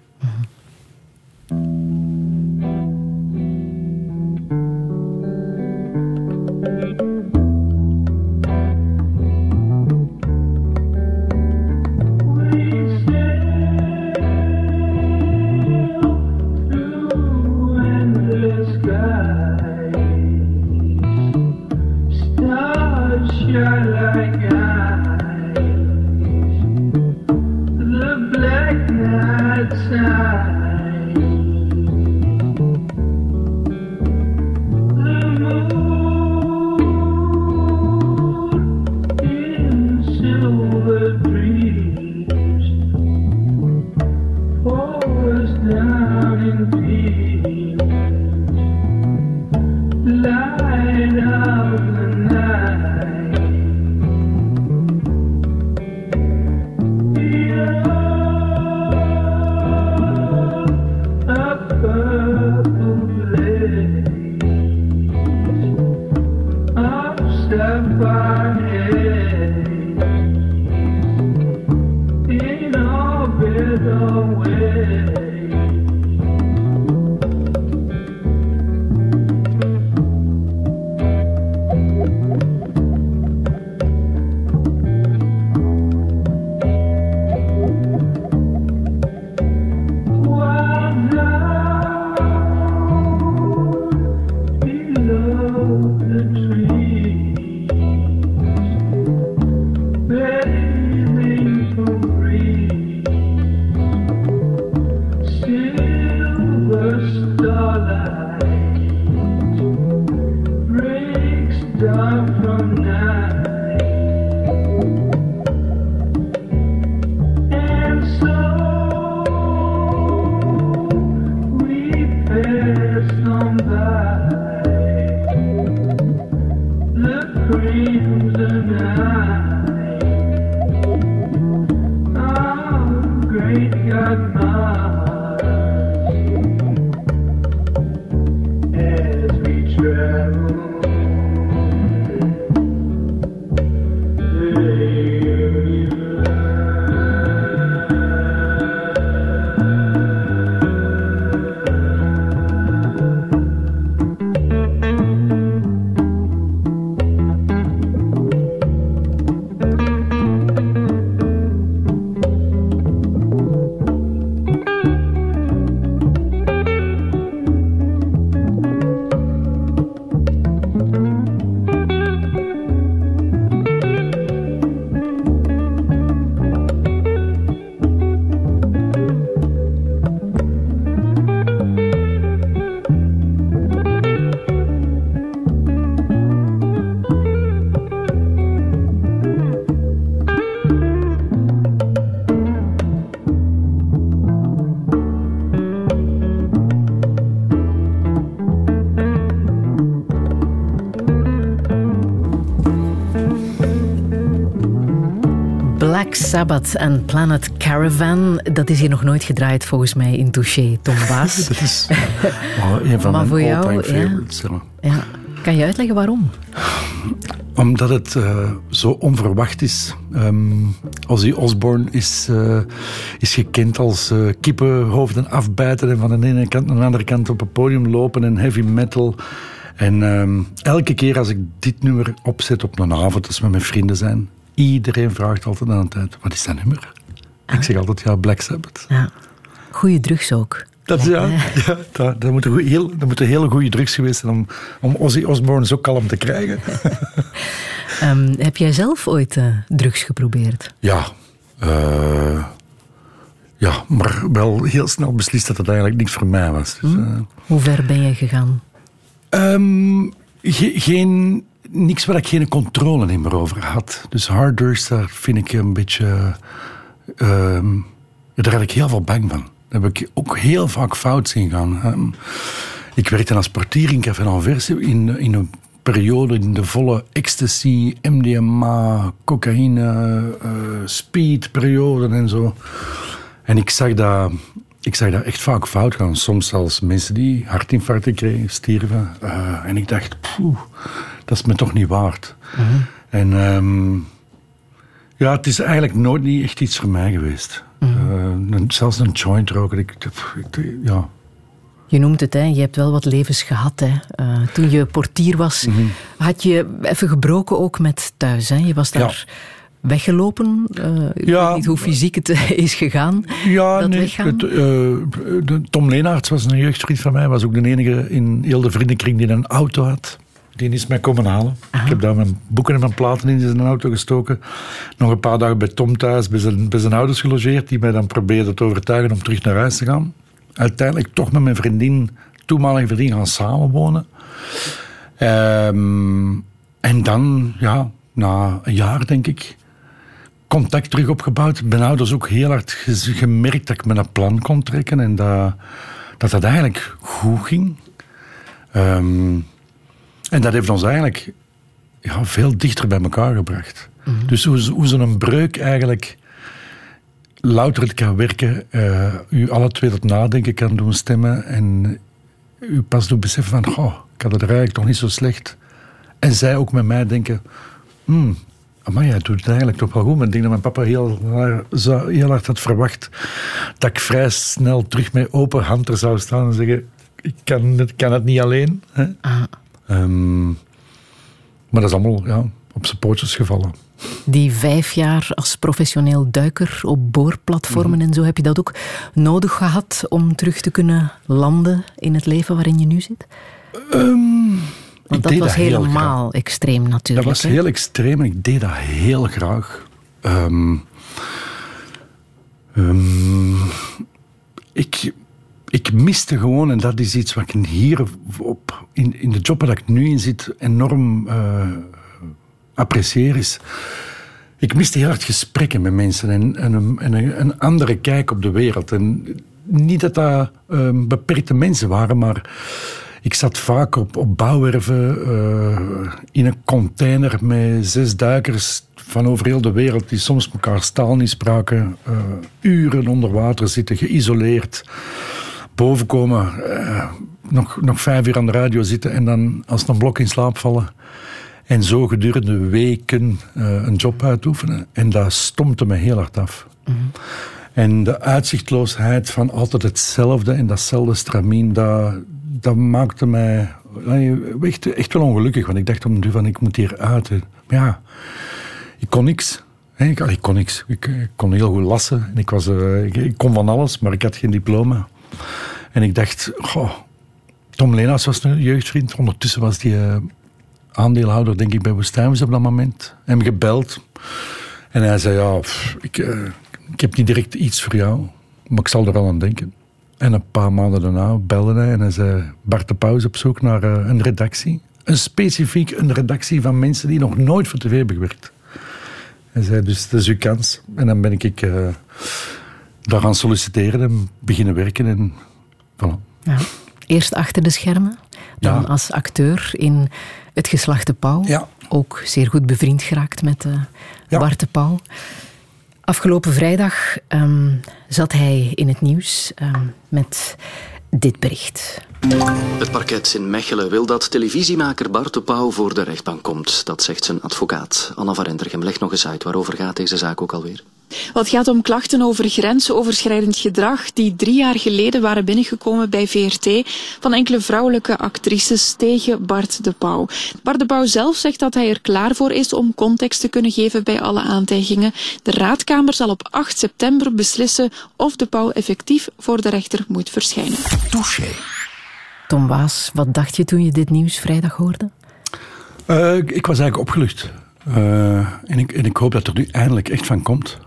S2: Black Sabbath en Planet Caravan, dat is hier nog nooit gedraaid volgens mij in Touché, Tom Baas.
S3: Dat is een van mijn all-time favorites.
S2: Ja. Kan je uitleggen waarom?
S3: Omdat het zo onverwacht is. Ozzy Osbourne is gekend als kippenhoofden afbijten en van de ene kant naar de andere kant op het podium lopen en heavy metal. En elke keer als ik dit nummer opzet op een avond, als we met vrienden zijn, iedereen vraagt altijd aan de tijd, wat is dat nummer? Ik zeg altijd, Black Sabbath.
S2: Ja. Goeie drugs ook.
S3: Dat moet een hele goede drugs geweest zijn om Ozzy Osbourne zo kalm te krijgen.
S2: Heb jij zelf ooit drugs geprobeerd?
S3: Ja. Ja, maar wel heel snel beslist dat het eigenlijk niks voor mij was. Dus,
S2: Hoe ver ben je gegaan?
S3: Niks waar ik geen controle in meer over had. Dus hard drugs, daar vind ik een beetje... daar had ik heel veel bang van. Daar heb ik ook heel vaak fout zien gaan. Ik werkte als portier in Café Anvers in een periode in de volle ecstasy, MDMA, cocaïne, speed periode en zo. En ik zag dat echt vaak fout gaan. Soms zelfs mensen die hartinfarcten kregen, stierven. En ik dacht, dat is me toch niet waard. Mm-hmm. En het is eigenlijk nooit niet echt iets voor mij geweest. Mm-hmm. Zelfs een joint roken. Ja.
S2: Je noemt het, hè? Je hebt wel wat levens gehad. Hè? Toen je portier was, had je even gebroken ook met thuis. Hè? Je was daar weggelopen. Ik weet niet hoe fysiek het is gegaan.
S3: Ja, nee. Tom Leenaerts was een jeugdvriend van mij. Was ook de enige in heel de vriendenkring die een auto had. Die is mij komen halen. Aha. Ik heb daar mijn boeken en mijn platen in zijn auto gestoken. Nog een paar dagen bij Tom thuis, bij zijn ouders gelogeerd. Die mij dan probeerden te overtuigen om terug naar huis te gaan. Uiteindelijk toch met mijn toenmalige vriendin gaan samenwonen. En dan, na een jaar denk ik, contact terug opgebouwd. Mijn ouders ook heel hard gemerkt dat ik met een plan kon trekken. En dat eigenlijk goed ging. En dat heeft ons eigenlijk veel dichter bij elkaar gebracht. Mm-hmm. Dus hoe zo'n breuk eigenlijk louter het kan werken, u alle twee tot nadenken kan doen stemmen en u pas doet beseffen van, ik had het er eigenlijk toch niet zo slecht. En zij ook met mij denken, amai, jij doet het eigenlijk toch wel goed. Maar ik denk dat mijn papa heel hard had verwacht dat ik vrij snel terug met open hand er zou staan en zeggen, ik kan het niet alleen. Hè? Maar dat is allemaal op zijn pootjes gevallen.
S2: Die 5 jaar als professioneel duiker op boorplatformen en zo, heb je dat ook nodig gehad om terug te kunnen landen in het leven waarin je nu zit? Want dat was helemaal extreem natuurlijk.
S3: Dat was heel extreem en ik deed dat heel graag. Ik miste gewoon, en dat is iets wat ik hier in de job waar ik nu in zit enorm apprecieer is. Ik miste heel hard gesprekken met mensen en een andere kijk op de wereld. En niet dat dat beperkte mensen waren, maar ik zat vaak op bouwwerven in een container met 6 duikers van over heel de wereld die soms elkaar taal niet spraken, uren onder water zitten, geïsoleerd, boven komen, nog 5 uur aan de radio zitten en dan als een blok in slaap vallen. En zo gedurende weken een job uitoefenen. En dat stompte me heel hard af. Mm-hmm. En de uitzichtloosheid van altijd hetzelfde en datzelfde stramien, dat maakte mij echt wel ongelukkig. Want ik dacht van, ik moet hier uit. Maar ja, ik kon niks. Ik kon niks. Ik kon heel goed lassen. En ik kon van alles, maar ik had geen diploma. En ik dacht, Tom Leenaerts was een jeugdvriend. Ondertussen was die aandeelhouder, denk ik, bij Woestijnvis op dat moment. Hem gebeld. En hij zei, ik heb niet direct iets voor jou, maar ik zal er wel aan denken. En een paar maanden daarna belde hij en hij zei, Bart de Pauw is op zoek naar een redactie. Een redactie van mensen die nog nooit voor tv hebben gewerkt. Hij zei, dus dat is uw kans. En dan ben ik daar gaan solliciteren en beginnen werken. En voilà.
S2: Ja. Eerst achter de schermen, dan als acteur in Het Geslacht de Pauw. Ja. Ook zeer goed bevriend geraakt met Bart de Pauw. Afgelopen vrijdag zat hij in het nieuws met dit bericht.
S9: Het parket in Mechelen wil dat televisiemaker Bart de Pauw voor de rechtbank komt. Dat zegt zijn advocaat. Anna van Rentergem, leg nog eens uit. Waarover gaat deze zaak ook alweer?
S10: Het gaat om klachten over grensoverschrijdend gedrag die 3 jaar geleden waren binnengekomen bij VRT van enkele vrouwelijke actrices tegen Bart de Pauw. Bart de Pauw zelf zegt dat hij er klaar voor is om context te kunnen geven bij alle aantijgingen. De Raadkamer zal op 8 september beslissen of de Pauw effectief voor de rechter moet verschijnen.
S1: Touché.
S2: Tom Waas, wat dacht je toen je dit nieuws vrijdag hoorde?
S3: Ik was eigenlijk opgelucht. En ik hoop dat er nu eindelijk echt van komt.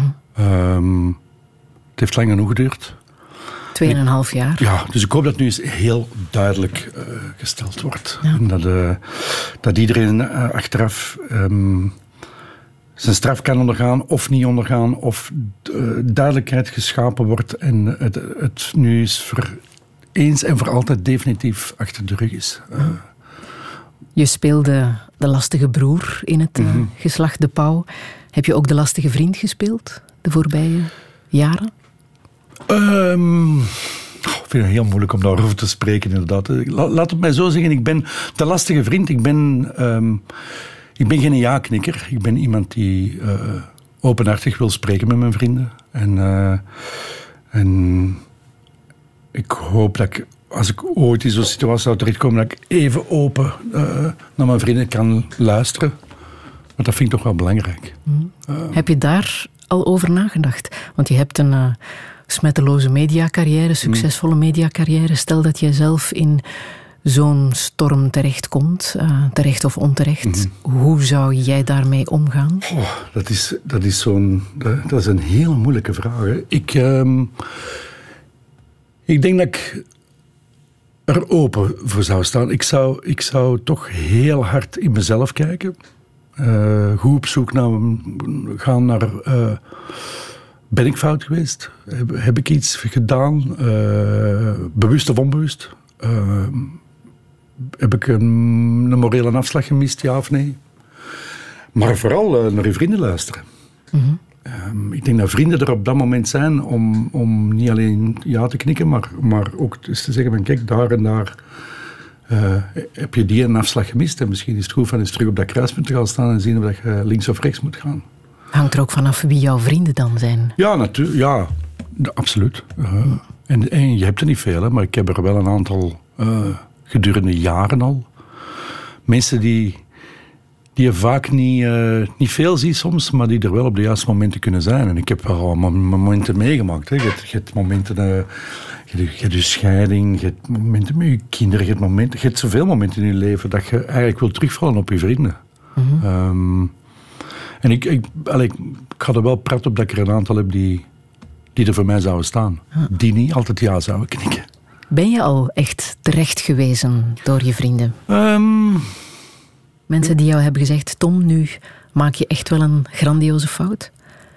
S3: Het heeft lang genoeg geduurd.
S2: 2,5 jaar.
S3: Ja, dus ik hoop dat het nu eens heel duidelijk gesteld wordt. Ja. En dat iedereen achteraf zijn straf kan ondergaan of niet ondergaan. Of duidelijkheid geschapen wordt en het nu eens en voor altijd definitief achter de rug is.
S2: Je speelde de lastige broer in het geslacht De Pauw. Heb je ook de lastige vriend gespeeld de voorbije jaren?
S3: Ik vind het heel moeilijk om daarover te spreken, inderdaad. Laat het mij zo zeggen, ik ben de lastige vriend. Ik ben geen ja-knikker. Ik ben iemand die openhartig wil spreken met mijn vrienden. En ik hoop dat ik, als ik ooit in zo'n situatie zou terechtkomen, dat ik even open naar mijn vrienden kan luisteren. Want dat vind ik toch wel belangrijk.
S2: Heb je daar al over nagedacht? Want je hebt een smetteloze mediacarrière, succesvolle mediacarrière. Stel dat jij zelf in zo'n storm terechtkomt, terecht of onterecht. Hoe zou jij daarmee omgaan?
S3: Dat is een hele moeilijke vraag. Hè. Ik denk dat ik er open voor zou staan. Ik zou toch heel hard in mezelf kijken. Goed op zoek gaan naar... ben ik fout geweest? Heb ik iets gedaan? Bewust of onbewust? Heb ik een morele afslag gemist, ja of nee? Maar vooral naar je vrienden luisteren. Ik denk dat vrienden er op dat moment zijn om niet alleen ja te knikken, maar ook eens te zeggen van kijk, daar en daar heb je die een afslag gemist en misschien is het goed van eens terug op dat kruispunt te gaan staan en zien of je links of rechts moet gaan.
S2: Hangt er ook vanaf wie jouw vrienden dan zijn?
S3: Ja, natuurlijk. Ja, absoluut. En je hebt er niet veel, hè, maar ik heb er wel een aantal gedurende jaren al. Mensen die je vaak niet veel ziet soms, maar die er wel op de juiste momenten kunnen zijn. En ik heb wel momenten meegemaakt. Hè. Je hebt momenten... Je hebt je scheiding, je hebt momenten met je kinderen, je hebt zoveel momenten in je leven dat je eigenlijk wil terugvallen op je vrienden. En ik ga er wel prat op dat ik er een aantal heb die er voor mij zouden staan. Die niet altijd ja zouden knikken.
S2: Ben je al echt terecht gewezen door je vrienden? Mensen die jou hebben gezegd, Tom, nu maak je echt wel een grandioze fout?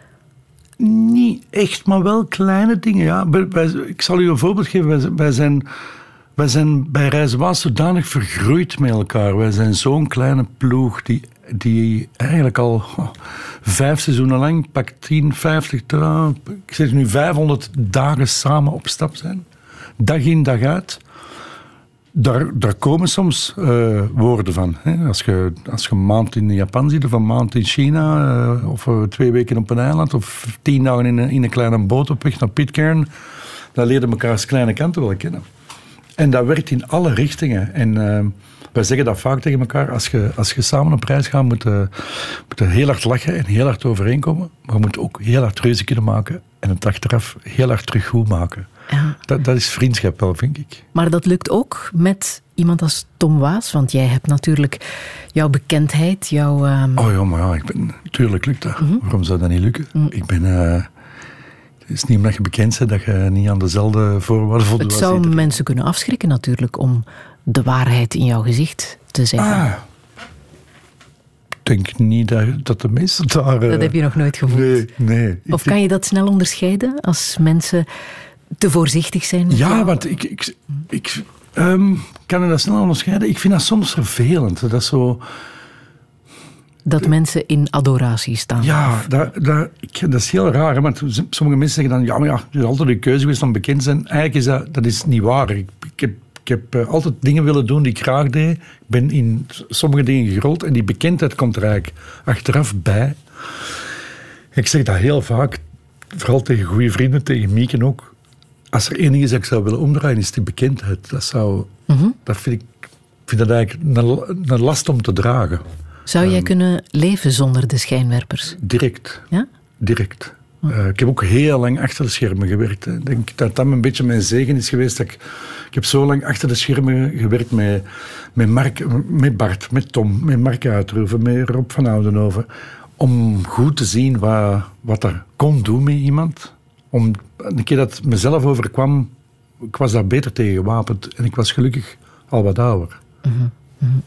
S3: Niet echt, maar wel kleine dingen. Ja. Ik zal u een voorbeeld geven. Wij zijn bij Reizen Waas zodanig vergroeid met elkaar. Wij zijn zo'n kleine ploeg die eigenlijk al 5 seizoenen lang, pak 10, 50, ik zeg nu 500 dagen samen op stap zijn. Dag in, dag uit. Daar komen soms woorden van. Hè. Als je een maand in Japan zit of een maand in China of 2 weken op een eiland of 10 dagen in een kleine boot op weg naar Pitcairn, dan leer je elkaars kleine kanten wel kennen. En dat werkt in alle richtingen. En wij zeggen dat vaak tegen elkaar. Als je samen op reis gaat, moet je heel hard lachen en heel hard overeenkomen. Maar je moet ook heel hard reuze kunnen maken en het achteraf heel hard terug goed maken. Ja. Dat is vriendschap wel, vind ik.
S2: Maar dat lukt ook met iemand als Tom Waas, want jij hebt natuurlijk jouw bekendheid, jouw...
S3: Oh ja, maar ja, tuurlijk lukt dat. Waarom zou dat niet lukken? Het is niet omdat je bekend bent dat je niet aan dezelfde voorwaarden voldoet.
S2: Het zou mensen kunnen afschrikken natuurlijk om de waarheid in jouw gezicht te zeggen.
S3: Ik denk niet dat de meesten daar...
S2: Dat heb je nog nooit gevoeld?
S3: Nee.
S2: Of kan je dat snel onderscheiden als mensen te voorzichtig zijn?
S3: Ja, want ik kan dat snel onderscheiden. Ik vind dat soms vervelend. Dat is zo...
S2: Dat mensen in adoratie staan.
S3: Ja, dat is heel raar. Hè? Want sommige mensen zeggen dan... Ja, maar ja, er is altijd een keuze geweest om bekend te zijn. Eigenlijk dat is niet waar. Ik heb altijd dingen willen doen die ik graag deed. Ik ben in sommige dingen gerold. En die bekendheid komt er eigenlijk achteraf bij. Ik zeg dat heel vaak, vooral tegen goede vrienden, tegen Mieke ook. Als er één ding is dat ik zou willen omdraaien, is die bekendheid. Dat vind dat eigenlijk een last om te dragen.
S2: Zou jij kunnen leven zonder de schijnwerpers?
S3: Direct.
S2: Ja?
S3: Direct. Ik heb ook heel lang achter de schermen gewerkt. Ik denk dat dat een beetje mijn zegen is geweest. Ik heb zo lang achter de schermen gewerkt met Bart, met Tom, met Mark Uitroeven, met Rob van Oudenhoven. Om goed te zien wat er kon doen met iemand. Om een keer dat het mezelf overkwam, ik was daar beter tegen gewapend. En ik was gelukkig al wat ouder.
S2: Mm-hmm. Mm-hmm.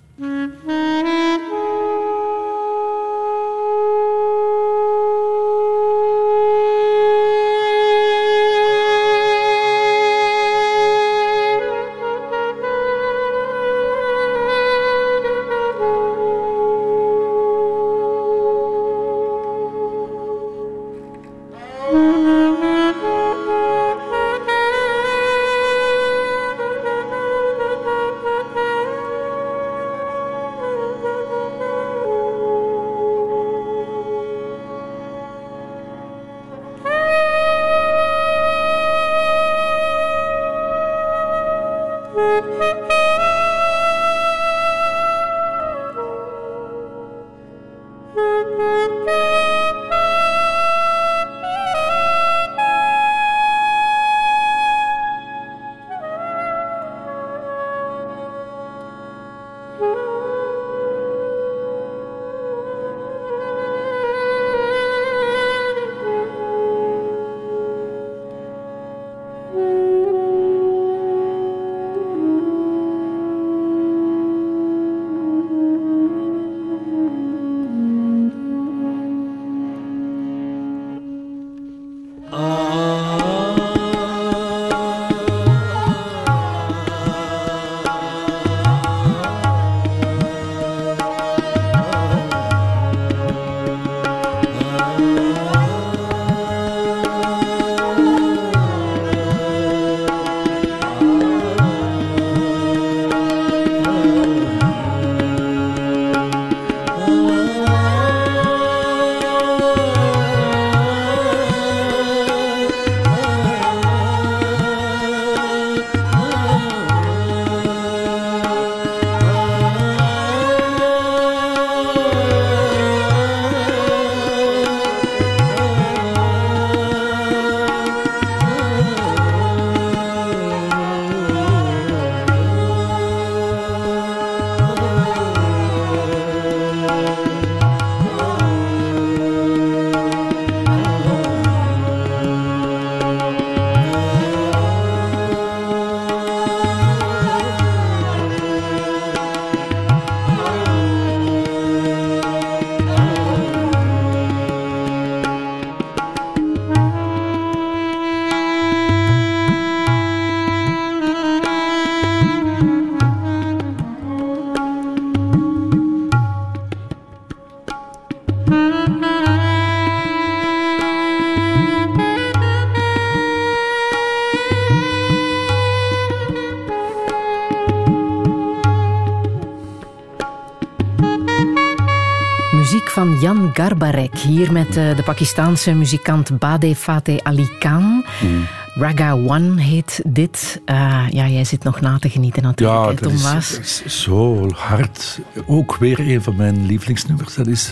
S2: Van Jan Garbarek, hier met de Pakistaanse muzikant Bade Fateh Ali Khan. Raga One heet dit. Jij zit nog na te genieten natuurlijk, Tom Waas.
S3: Dat is zo hard. Ook weer een van mijn lievelingsnummers. Dat is...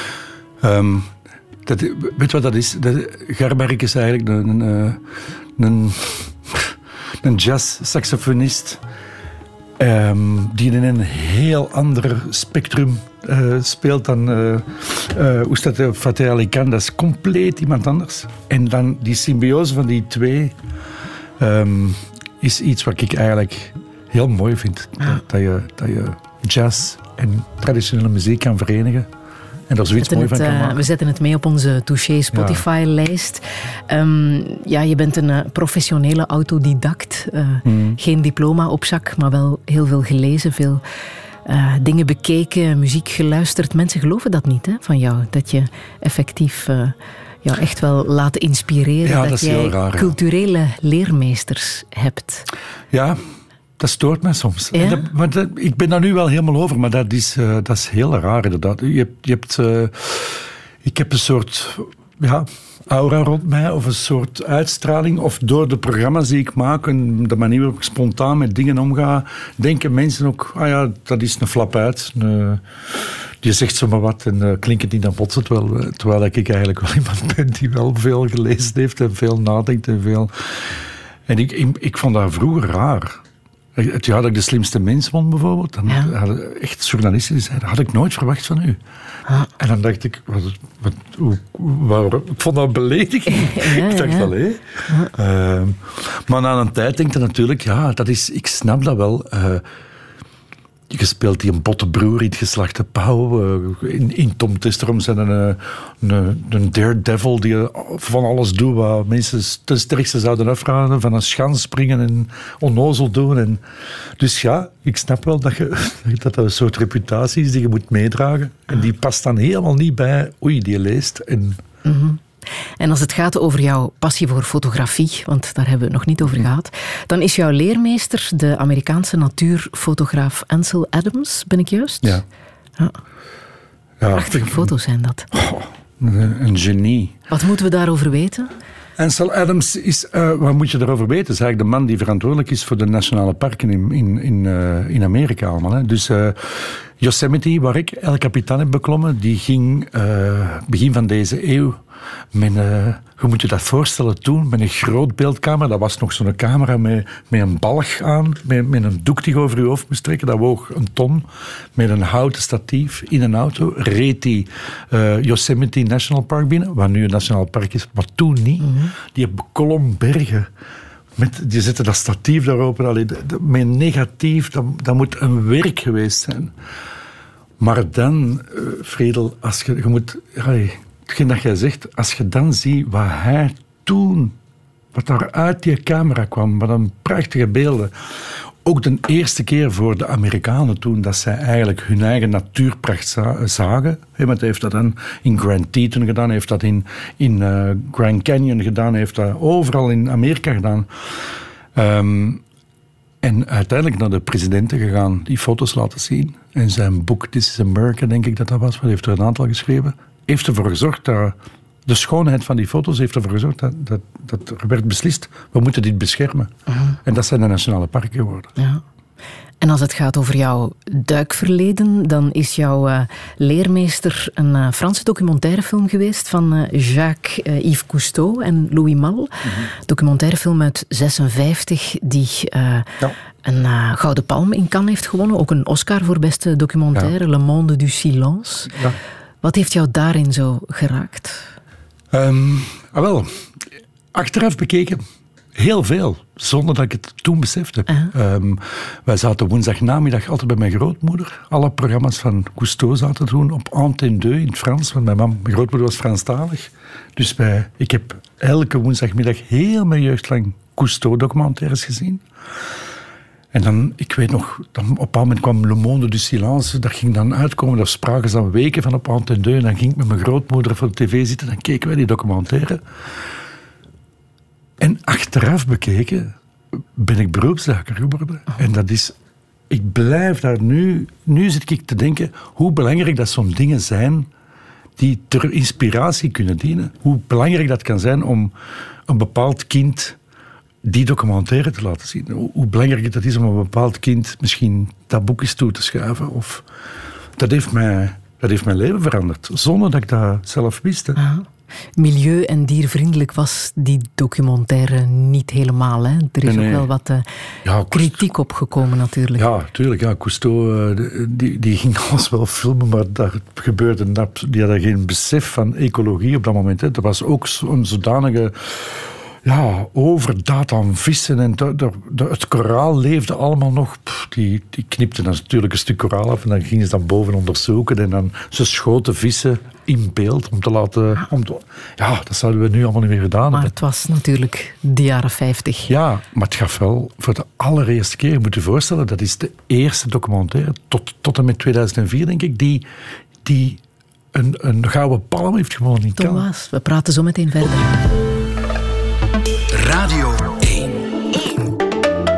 S3: weet je wat dat is? Garbarek is eigenlijk een jazz-saxofonist die in een heel ander spectrum speelt dan Ustad Fateh Ali Khan. Dat is compleet iemand anders. En dan die symbiose van die twee is iets wat ik eigenlijk heel mooi vind. Dat je jazz en traditionele muziek kan verenigen. En daar zoiets mooi van kan maken.
S2: We zetten het mee op onze Touché Spotify-lijst. Je bent een professionele autodidact. Geen diploma op zak, maar wel heel veel gelezen, veel dingen bekeken, muziek geluisterd. Mensen geloven dat niet, hè, van jou, dat je effectief jou echt wel laat inspireren.
S3: Ja,
S2: dat
S3: is
S2: jij
S3: heel raar,
S2: culturele leermeesters hebt.
S3: Ja, dat stoort mij soms.
S2: Ja?
S3: Ik ben daar nu wel helemaal over, maar dat is heel raar inderdaad. Je hebt Ik heb een soort aura rond mij, of een soort uitstraling, of door de programma's die ik maak en de manier waarop ik spontaan met dingen omga, denken mensen ook, dat is een flap uit. Die zegt zomaar wat en klinkt het niet, dan botst het wel. Terwijl ik eigenlijk wel iemand ben die wel veel gelezen heeft en veel nadenkt en veel... En ik vond dat vroeger raar. Het jaar dat ik de slimste mens won, bijvoorbeeld, dan hadden echt journalisten die zeiden, dat had ik nooit verwacht van u. En dan dacht ik, ik vond dat belediging. Ik dacht wel, maar na een tijd denk je natuurlijk, ik snap dat wel. Je speelt die een botte broer in het geslachte pauw. In Tom Tisterom zijn een daredevil die van alles doet wat mensen ten sterkste zouden afraden. Van een schans springen en onnozel doen. En dus ik snap wel dat een soort reputatie is die je moet meedragen. En die past dan helemaal niet bij die leest. En...
S2: Mm-hmm. En als het gaat over jouw passie voor fotografie, want daar hebben we het nog niet over gehad, dan is jouw leermeester de Amerikaanse natuurfotograaf Ansel Adams, ben ik juist?
S3: Ja.
S2: Prachtige foto's zijn dat.
S3: Een genie.
S2: Wat moeten we daarover weten?
S3: Ansel Adams is, wat moet je daarover weten? Dat is eigenlijk de man die verantwoordelijk is voor de nationale parken in Amerika allemaal. Hè. Dus Yosemite, waar ik El Capitan heb beklommen, die ging begin van deze eeuw met, je moet je dat voorstellen toen, met een groot beeldcamera. Dat was nog zo'n camera met een balg aan, met een doek die je over je hoofd moest trekken. Dat woog een ton, met een houten statief in een auto. Reed die Yosemite National Park binnen, wat nu een nationaal park is, maar toen niet. Mm-hmm. Die beklom bergen. Die zetten dat statief daarop. Met negatief, dat moet een werk geweest zijn. Maar dan, Friedel, als je moet... Hetgeen dat jij zegt, als je dan ziet wat hij toen, wat daar uit die camera kwam, wat een prachtige beelden. Ook de eerste keer voor de Amerikanen toen, dat zij eigenlijk hun eigen natuurpracht zagen. Want hij heeft dat dan in Grand Teton gedaan, hij heeft dat in Grand Canyon gedaan, hij heeft dat overal in Amerika gedaan. En uiteindelijk naar de presidenten gegaan, die foto's laten zien. En zijn boek This is America, denk ik dat was, wat heeft er een aantal geschreven, heeft ervoor gezorgd dat de schoonheid van die foto's heeft ervoor gezorgd dat er werd beslist, we moeten dit beschermen. Uh-huh. En dat zijn de nationale parken geworden.
S2: Ja. En als het gaat over jouw duikverleden, dan is jouw leermeester een Franse documentairefilm geweest van Jacques-Yves Cousteau en Louis Malle. Mm-hmm. Documentairefilm uit 1956 die een Gouden Palm in Cannes heeft gewonnen. Ook een Oscar voor beste documentaire, Le Monde du Silence. Ja. Wat heeft jou daarin zo geraakt?
S3: Wel, achteraf bekeken, heel veel. Zonder dat ik het toen besefte. Uh-huh. Wij zaten woensdagnamiddag altijd bij mijn grootmoeder. Alle programma's van Cousteau zaten toen op Antenne 2 in het Frans. Want mijn grootmoeder was Franstalig. Dus ik heb elke woensdagmiddag heel mijn jeugd lang Cousteau-documentaires gezien. En dan, ik weet nog, op een bepaald moment kwam Le Monde du Silence, dat ging dan uitkomen, daar spraken ze dan weken van op Antenne 2, en dan ging ik met mijn grootmoeder voor de tv zitten, en dan keken wij die documentaire. En achteraf bekeken ben ik beroepsduiker geworden. Oh. En dat is, ik blijf daar nu zit ik te denken, hoe belangrijk dat zo'n dingen zijn die ter inspiratie kunnen dienen. Hoe belangrijk dat kan zijn om een bepaald kind die documentaire te laten zien. Hoe belangrijk dat is om een bepaald kind misschien dat boek eens toe te schuiven. Of, dat heeft mijn leven veranderd, zonder dat ik dat zelf wist. Hè.
S2: Ah, milieu- en diervriendelijk was die documentaire niet helemaal. Hè? Er is ook wel wat kritiek opgekomen natuurlijk.
S3: Ja, tuurlijk. Ja. Cousteau die ging alles wel filmen, maar daar gebeurde die hadden geen besef van ecologie op dat moment. Hè. Er was ook een zodanige overdaad aan vissen. En het koraal leefde allemaal nog. Die knipten dan natuurlijk een stuk koraal af en dan gingen ze dan boven onderzoeken. En dan ze schoten vissen in beeld om te laten... dat zouden we nu allemaal niet meer gedaan hebben.
S2: Maar het was natuurlijk de jaren 50.
S3: Ja, maar het gaf wel voor de allereerste keer, je moet je voorstellen, dat is de eerste documentaire, tot en met 2004 denk ik, die een gouden palm heeft gewonnen in Cannes.
S2: Thomas, we praten zo meteen verder.
S1: Radio 1.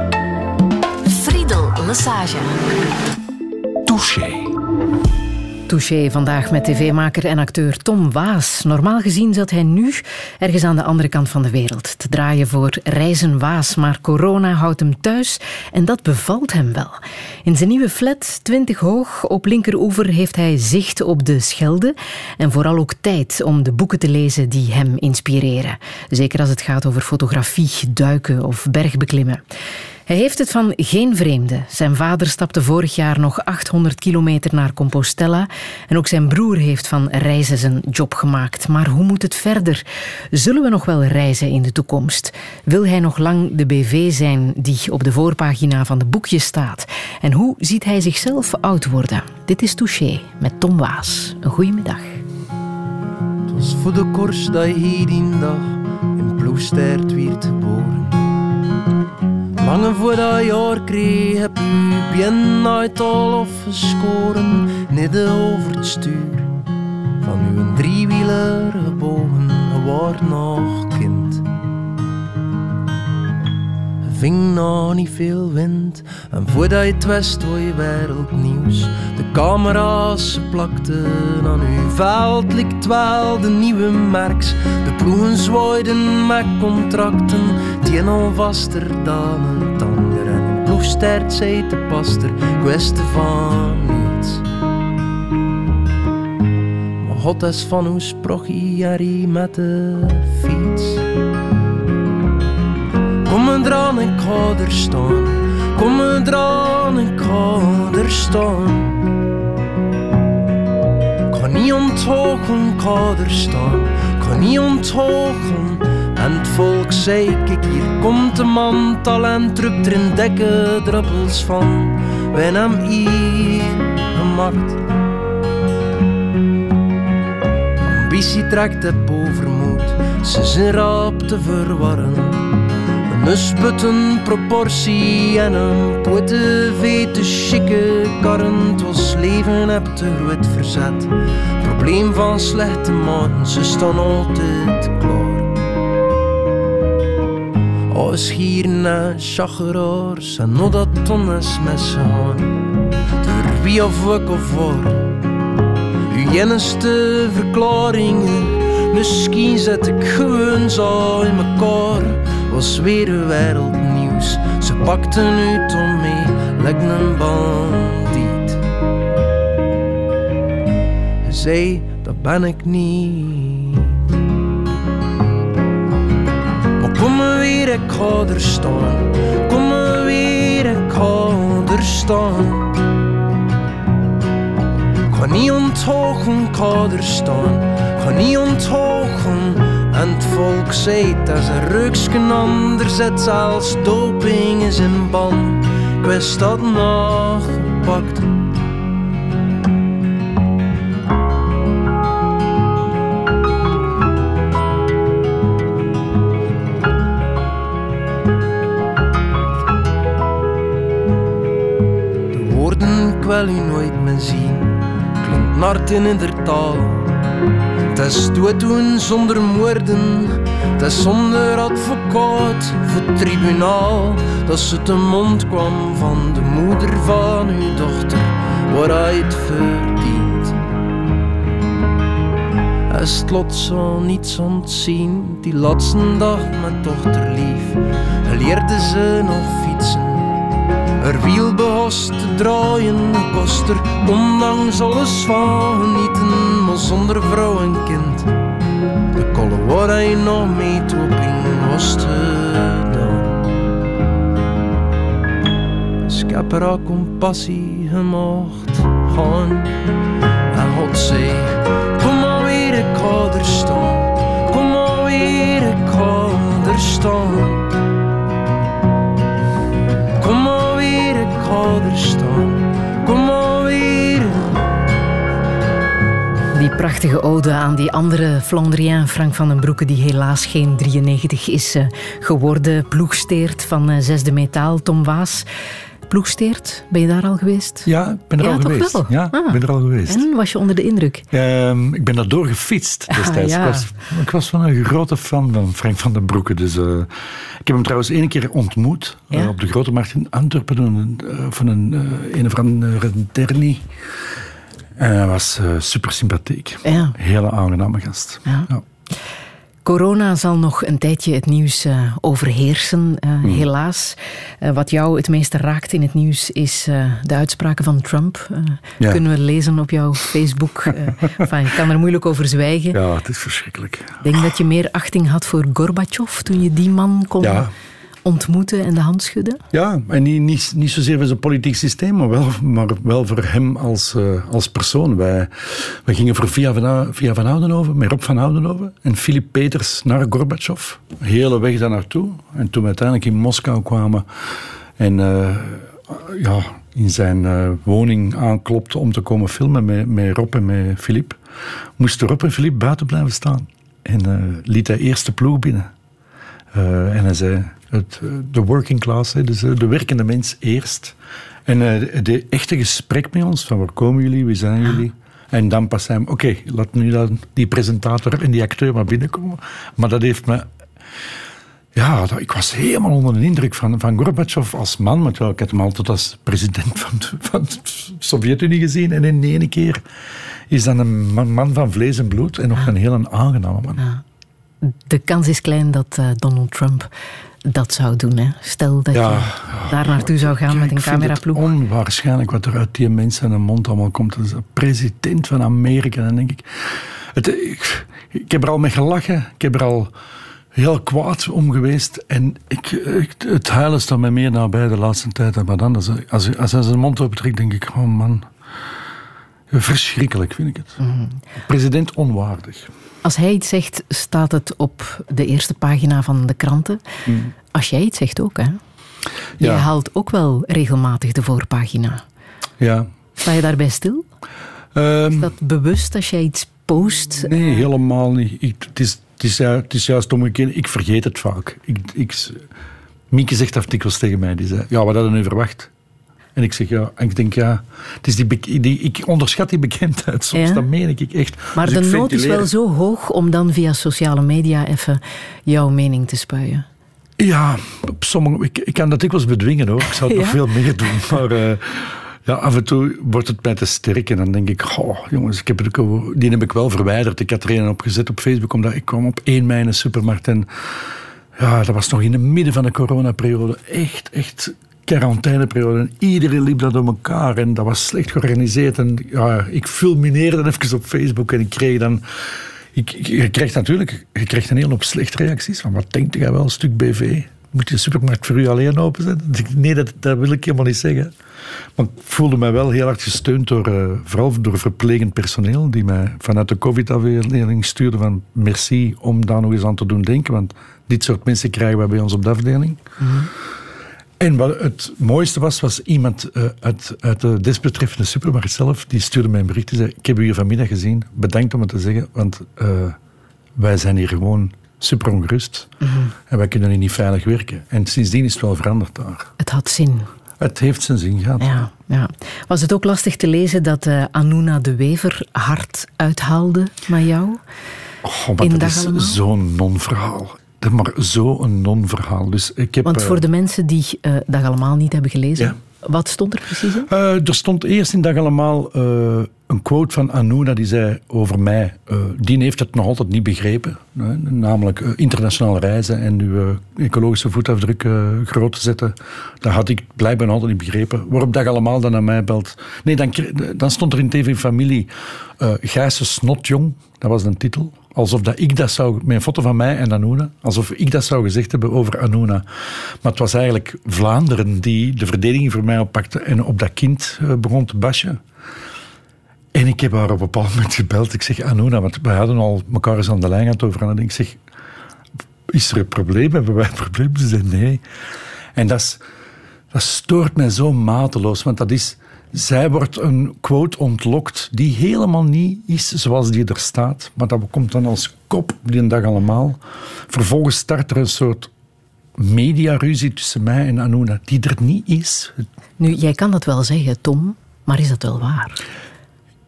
S4: Friedel Lesage.
S1: Touché.
S2: Touché vandaag met tv-maker en acteur Tom Waas. Normaal gezien zat hij nu ergens aan de andere kant van de wereld te draaien voor Reizen Waas, maar corona houdt hem thuis en dat bevalt hem wel. In zijn nieuwe flat, 20 hoog, op linkeroever heeft hij zicht op de Schelde en vooral ook tijd om de boeken te lezen die hem inspireren. Zeker als het gaat over fotografie, duiken of bergbeklimmen. Hij heeft het van geen vreemde. Zijn vader stapte vorig jaar nog 800 kilometer naar Compostela en ook zijn broer heeft van reizen zijn job gemaakt. Maar hoe moet het verder? Zullen we nog wel reizen in de toekomst? Wil hij nog lang de BV zijn die op de voorpagina van de boekjes staat? En hoe ziet hij zichzelf oud worden? Dit is Touché met Tom Waas. Een goeiemiddag.
S11: Het was voor de koers dat je hier die dag in Ploegstert werd geboren. Lange voor dat jaar kreeg heb u bien uit al afgeschoren, midden over het stuur van uw driewieler gebogen, je wordt nog kind. Je ving nog niet veel wind en voordat je het wist hoor je wereldnieuws. De camera's plakten aan uw veld, likt wel de nieuwe merks. De ploegen zwaaiden met contracten, het een al vaster dan het ander. En een ploegstert zei de paster, ik wist van niets. Maar God is van hoe sprach hij met de fiets. Kom eraan, ik ga er staan. Kom eraan, ik ga er staan. Ik ga niet onthogen, ik ga er staan. Ik ga niet onthogen. En het volk zei, kijk hier komt de man, talent drupt er in dikke druppels van. Wij hem hier gemaakt. Ambitie trekt op overmoed, ze zijn rap te verwarren. Een sputten proportie en een poete vete chique karren. Het was leven heb te groot verzet. Probleem van slechte maten, ze staan altijd klaar. Als gieren en chageraars en nog dat tonnes messen gaan. Door wie of ik of waar. Uw enigste verklaringen, misschien zet ik gewoon zo in mekaar. Was weer een wereldnieuws. Ze pakten uit om mee, lijkt een bandiet. Hij zei, dat ben ik niet. Maar kom maar weer, ik ga er staan. Kom maar weer, ik ga er staan. Ik ga niet onthogen, ik ga er staan. Ik ga niet onthogen. En het volk zei, dat is een reuksken anders, het zelfs doping is in ban. Ik wist dat nog gepakt. De woorden, ik wil u nooit meer zien, klinkt nart in ieder taal. Het is dooddoen zonder moorden, het is zonder advocaat voor het tribunaal. Dat ze de mond kwam van de moeder van uw dochter, waar hij het verdient. Is het lot zo niets ontzien, die laatste dag met dochterlief. Leerde ze nog fietsen, haar wiel behost te draaien, kost er ondanks alles van genieten, maar zonder vrouw en kind. De kolle waar hij nog mee toeping was gedaan. Dus ik heb er al compassie gemaakt gaan. En God zei, kom maar weer, ik ga er staan. Kom maar weer, ik ga er staan. Kom maar weer, ik ga er staan. Kom maar weer.
S2: Die prachtige ode aan die andere Flandrien, Frank van den Broeke, die helaas geen 93 is geworden. Ploegsteert van Zesde Metaal, Tom Waas. Ploegsteert, ben je daar al geweest?
S3: Ja, ik ben er al geweest. Wel? Ja, ik ben er al geweest.
S2: En was je onder de indruk?
S3: Ik ben daardoor gefietst destijds. Ja. Ik was van een grote fan van Frank van den Broeke. Dus, ik heb hem trouwens 1 keer ontmoet op de Grote Markt in Antwerpen van een of andere dernie. En hij was super sympathiek.
S2: Ja.
S3: Hele aangename gast.
S2: Ja.
S3: Ja.
S2: Corona zal nog een tijdje het nieuws overheersen, helaas. Wat jou het meeste raakt in het nieuws is de uitspraken van Trump. Kunnen we lezen op jouw Facebook. Ik kan er moeilijk over zwijgen.
S3: Ja, het is verschrikkelijk.
S2: Ik denk dat je meer achting had voor Gorbachev toen je die man kon ontmoeten en de hand schudden.
S3: Ja, en niet zozeer voor zijn politiek systeem, maar wel voor hem als persoon. Wij gingen voor via Van Oudenhoven, met Rob van Oudenhoven en Filip Peters naar Gorbachev. Hele weg daar naartoe. En toen we uiteindelijk in Moskou kwamen en in zijn woning aanklopte om te komen filmen met Rob en met Filip, moesten Rob en Filip buiten blijven staan. En liet hij eerst de ploeg binnen. En hij zei, de working class, dus de werkende mens eerst. En de echte gesprek met ons, van waar komen jullie, wie zijn jullie? En dan pas hij hem, oké, laat nu dan die presentator en die acteur maar binnenkomen. Maar dat heeft me... Ja, ik was helemaal onder de indruk van Gorbachev als man. Want ik had hem altijd als president van de Sovjet-Unie gezien. En in de ene keer is dan een man van vlees en bloed en nog een heel aangename man.
S2: Ja. De kans is klein dat Donald Trump dat zou doen. Hè? Stel dat je daar naartoe zou gaan met een cameraploeg.
S3: Het is onwaarschijnlijk wat er uit die mensen en mond allemaal komt. Dat is een president van Amerika. Dan denk ik... Ik heb er al mee gelachen. Ik heb er al heel kwaad om geweest. En het huilen staat mij meer nabij de laatste tijd. Maar dan, als hij zijn mond opentrekt, denk ik... Oh man, verschrikkelijk vind ik het. President onwaardig.
S2: Als hij iets zegt, staat het op de eerste pagina van de kranten. Als jij iets zegt ook, hè? Je haalt ook wel regelmatig de voorpagina.
S3: Ja.
S2: Sta je daarbij stil? Is dat bewust als jij iets post?
S3: Nee, helemaal niet. Het is juist omgekeerd. Ik vergeet het vaak. Mieke zegt artikels tegen mij. Die zei, wat hadden we nu verwacht? En ik zeg en ik denk het is ik onderschat die bekendheid soms, dat meen ik echt.
S2: Maar dus de nood is wel zo hoog om dan via sociale media even jouw mening te spuien.
S3: Ja, op sommige, ik kan dat dikwijls bedwingen hoor. Ik zou het nog veel meer doen. Maar af en toe wordt het mij te sterk en dan denk ik, jongens, die heb ik wel verwijderd. Ik had er een opgezet op Facebook, omdat ik kwam op 1 mei in een supermarkt en dat was nog in het midden van de coronaperiode. Echt quarantaineperiode. En iedereen liep dat door elkaar en dat was slecht georganiseerd. En ik fulmineerde even op Facebook en ik kreeg dan... Je krijgt een hele hoop slechte reacties. Van, wat denkt jij wel, een stuk BV? Moet je de supermarkt voor u alleen openzetten? Nee, dat wil ik helemaal niet zeggen. Maar ik voelde mij wel heel hard gesteund vooral door verplegend personeel die mij vanuit de COVID-afdeling stuurde van merci om daar nog eens aan te doen denken, want dit soort mensen krijgen wij bij ons op de afdeling. En wat het mooiste was iemand uit de desbetreffende supermarkt zelf, die stuurde mij een bericht, die zei, ik heb u hier vanmiddag gezien, bedankt om het te zeggen, want wij zijn hier gewoon super ongerust en wij kunnen hier niet veilig werken. En sindsdien is het wel veranderd daar.
S2: Het had zin.
S3: Het heeft zijn zin gehad.
S2: Ja. Was het ook lastig te lezen dat Anouna de Wever hard uithaalde naar jou?
S3: Maar dat is zo'n non-verhaal. Maar zo'n non-verhaal. Dus
S2: want voor de mensen die Dag Allemaal niet hebben gelezen, wat stond er precies in?
S3: Er stond eerst in Dag Allemaal een quote van Anouna die zei over mij. Die heeft het nog altijd niet begrepen. Namelijk internationale reizen en uw ecologische voetafdruk groot te zetten. Dat had ik blijkbaar nog altijd niet begrepen. Waarop Dag Allemaal dan naar mij belt. Nee, dan stond er in TV Familie Gijsse Snotjong. Dat was een titel. Alsof dat ik dat zou... Met een foto van mij en Anouna. Alsof ik dat zou gezegd hebben over Anouna. Maar het was eigenlijk Vlaanderen die de verdediging voor mij oppakte en op dat kind begon te bashen. En ik heb haar op een bepaald moment gebeld. Ik zeg, Anouna, want wij hadden al elkaar eens aan de lijn gehad over. En ik zeg, is er een probleem? Hebben wij een probleem? Ze zei, nee. En dat stoort mij zo mateloos, want dat is... Zij wordt een quote ontlokt die helemaal niet is zoals die er staat. Maar dat komt dan als kop die een Dag Allemaal. Vervolgens start er een soort mediaruzie tussen mij en Anouna die er niet is.
S2: Nu, jij kan dat wel zeggen, Tom, maar is dat wel waar?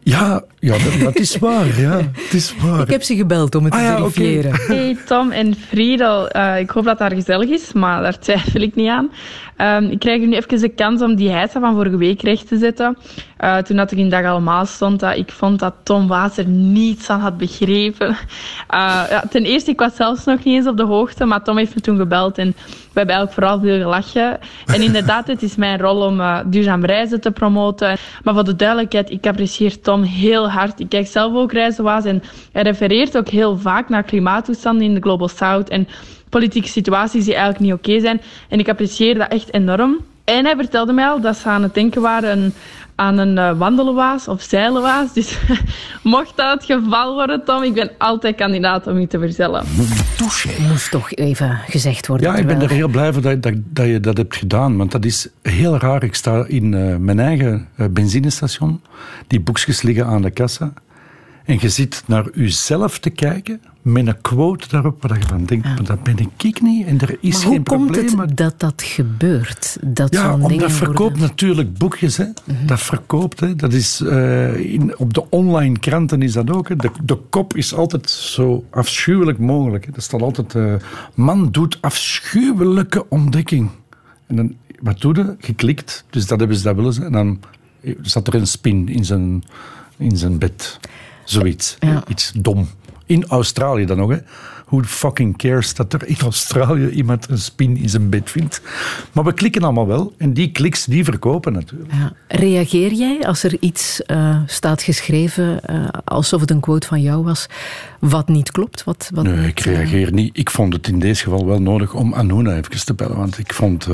S3: Ja, dat is waar. Ja, het is waar.
S2: Ik heb ze gebeld om het te verifiëren.
S3: Okay.
S12: Hey Tom en Friedel, ik hoop dat het daar gezellig is, maar daar twijfel ik niet aan. Ik krijg nu even de kans om die heisa van vorige week recht te zetten. Toen dat er in Dag Allemaal stond, dat ik vond dat Tom Waas er niets aan had begrepen. Ten eerste, ik was zelfs nog niet eens op de hoogte, maar Tom heeft me toen gebeld en we hebben eigenlijk vooral veel gelachen. En inderdaad, het is mijn rol om duurzaam reizen te promoten. Maar voor de duidelijkheid, ik apprecieer Tom heel hard. Ik kijk zelf ook Reizen Waas en hij refereert ook heel vaak naar klimaattoestanden in de Global South en politieke situaties die eigenlijk niet oké zijn. En ik apprecieer dat echt enorm. En hij vertelde mij al dat ze aan het denken waren aan een wandelenwaas of zeilenwaas. Dus mocht dat het geval worden, Tom, ik ben altijd kandidaat om u te verzellen.
S2: Moest toch even gezegd worden.
S3: Ja, ik ben er heel blij voor dat je dat hebt gedaan. Want dat is heel raar. Ik sta in mijn eigen benzinestation. Die boekjes liggen aan de kassa. En je zit naar jezelf te kijken met een quote daarop waar je van denkt, maar dat ben ik niet en er is geen probleem.
S2: Maar hoe komt het dat gebeurt?
S3: Dat verkoopt natuurlijk boekjes. Hè. Mm-hmm. Dat verkoopt. Hè. Dat is, op de online kranten is dat ook. Hè. De kop is altijd zo afschuwelijk mogelijk. Hè. Er staat altijd, man doet afschuwelijke ontdekking. En dan, wat doe je? Geklikt. Dus dat hebben ze dat willen ze. En dan zat er een spin in zijn bed. Zoiets. Ja. Iets dom. In Australië dan nog, hè. Who fucking cares dat er in Australië iemand een spin in zijn bed vindt. Maar we klikken allemaal wel. En die kliks, die verkopen natuurlijk. Ja.
S2: Reageer jij als er iets staat geschreven, alsof het een quote van jou was, wat niet klopt?
S3: Nee, ik reageer niet. Ik vond het in deze geval wel nodig om Anuna even te bellen. Want ik vond,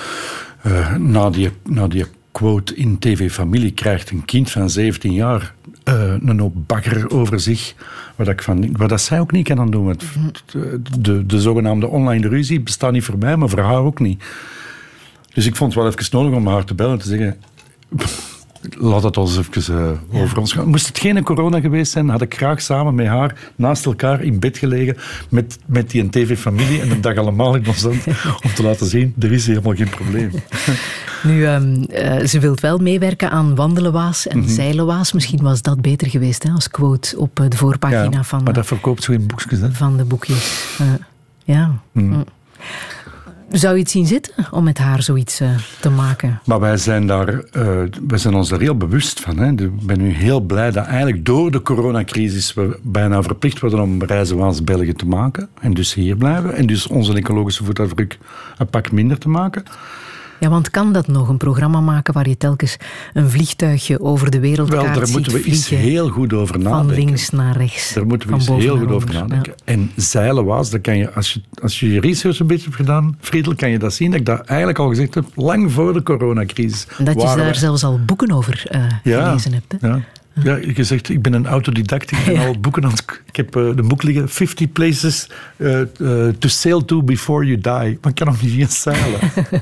S3: na die quote in TV Familie krijgt een kind van 17 jaar een hoop bagger over zich, waar dat zij ook niet kan aan doen. De zogenaamde online ruzie bestaat niet voor mij, maar voor haar ook niet. Dus ik vond het wel even nodig om haar te bellen en te zeggen, laat het ons even over ons gaan. Moest het geen corona geweest zijn, had ik graag samen met haar naast elkaar in bed gelegen met die TV-familie en de Dag Allemaal in ons hand om te laten zien, er is helemaal geen probleem.
S2: Nu, ze wil wel meewerken aan Wandelenwaas en Zeilenwaas. Misschien was dat beter geweest, hè, als quote op de voorpagina van...
S3: maar dat verkoopt zo in boekjes, hè?
S2: Van de boekjes. Zou je het zien zitten om met haar zoiets te maken?
S3: Maar wij zijn ons daar heel bewust van. Hè. Ik ben nu heel blij dat eigenlijk door de coronacrisis we bijna verplicht worden om Reizen Waas België te maken. En dus hier blijven. En dus onze ecologische voetafdruk een pak minder te maken.
S2: Ja, want kan dat nog, een programma maken waar je telkens een vliegtuigje over de wereldkaart ziet vliegen?
S3: Daar moeten we eens heel goed over nadenken.
S2: Van links naar rechts.
S3: Daar moeten we eens heel goed over nadenken. Ja. En Zeilenwaas, dat kan je, als je research een beetje hebt gedaan, Friedel, kan je dat zien, dat ik dat eigenlijk al gezegd heb, lang voor de coronacrisis.
S2: En dat je daar zelfs al boeken over gelezen hebt. Hè?
S3: Ja. Ja, je zegt, ik ben een autodidact. Ik ben al boeken aan ik heb een boek liggen, 50 places to sail to before you die. Maar ik kan nog niet eens zeilen.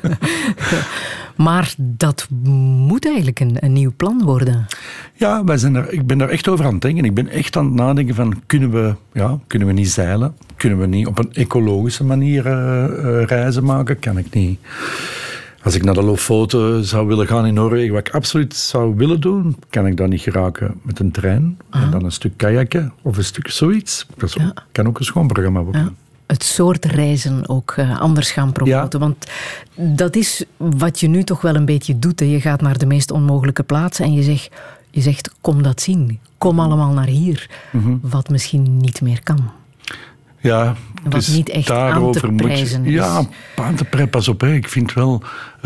S2: Maar dat moet eigenlijk een nieuw plan worden.
S3: Ja, ik ben daar echt over aan het denken. Ik ben echt aan het nadenken van, kunnen we niet zeilen? Kunnen we niet op een ecologische manier reizen maken? Kan ik niet... Als ik naar de Lofoten zou willen gaan in Noorwegen, wat ik absoluut zou willen doen, kan ik daar niet geraken met een trein. En dan een stuk kajakken of een stuk zoiets. Dat kan ook een schoon programma worden. Ja.
S2: Het soort reizen ook anders gaan promoten. Ja. Want dat is wat je nu toch wel een beetje doet. Hè. Je gaat naar de meest onmogelijke plaatsen en je zegt kom dat zien. Kom allemaal naar hier. Wat misschien niet meer kan.
S3: Ja,
S2: wat
S3: dus
S2: niet echt aan te prijzen is.
S3: Ja, aan te prijzen, pas op. Hè. Ik vind wel...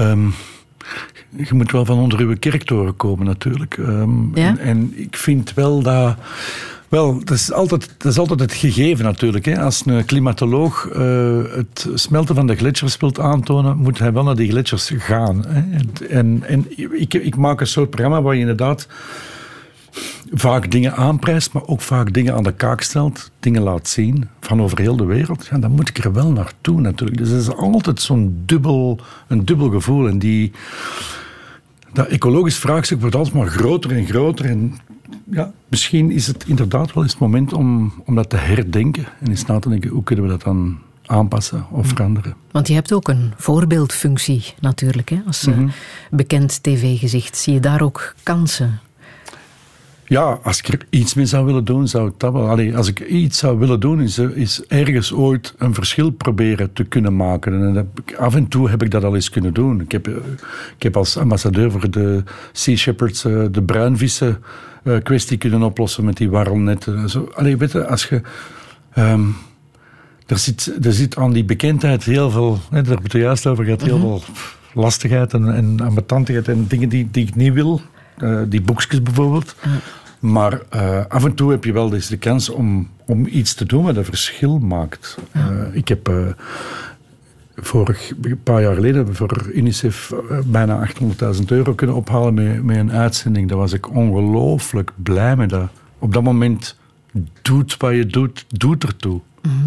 S3: je moet wel van onder uw kerktoren komen, natuurlijk. En ik vind wel dat... Wel, dat is altijd het gegeven natuurlijk. Hè. Als een klimatoloog het smelten van de gletsjers wilt aantonen, moet hij wel naar die gletsjers gaan. Hè. En ik maak een soort programma waar je inderdaad vaak dingen aanprijst, maar ook vaak dingen aan de kaak stelt, dingen laat zien van over heel de wereld. Ja, dan moet ik er wel naartoe natuurlijk. Dus dat is altijd zo'n dubbel gevoel. En dat ecologisch vraagstuk wordt altijd maar groter en groter. En ja, misschien is het inderdaad wel eens het moment om dat te herdenken en eens na te denken, hoe kunnen we dat dan aanpassen of veranderen.
S2: Want je hebt ook een voorbeeldfunctie natuurlijk, hè? Als bekend tv-gezicht. Zie je daar ook kansen?
S3: Ja, als ik er iets mee zou willen doen, zou ik dat wel. Allee, als ik iets zou willen doen, is ergens ooit een verschil proberen te kunnen maken. En af en toe heb ik dat al eens kunnen doen. Ik heb als ambassadeur voor de Sea Shepherds de bruinvissen kwestie kunnen oplossen met die warrelnetten. Allee, weet je, als je... Er zit aan die bekendheid heel veel... Daar heb ik het juist over gehad. Heel veel lastigheid en ambetantigheid en dingen die ik niet wil. Die boekjes bijvoorbeeld. Maar af en toe heb je wel eens de kans om iets te doen wat een verschil maakt. Ik heb een paar jaar geleden voor UNICEF bijna €800.000 kunnen ophalen met een uitzending. Daar was ik ongelooflijk blij mee. Dat op dat moment doet wat je doet ertoe.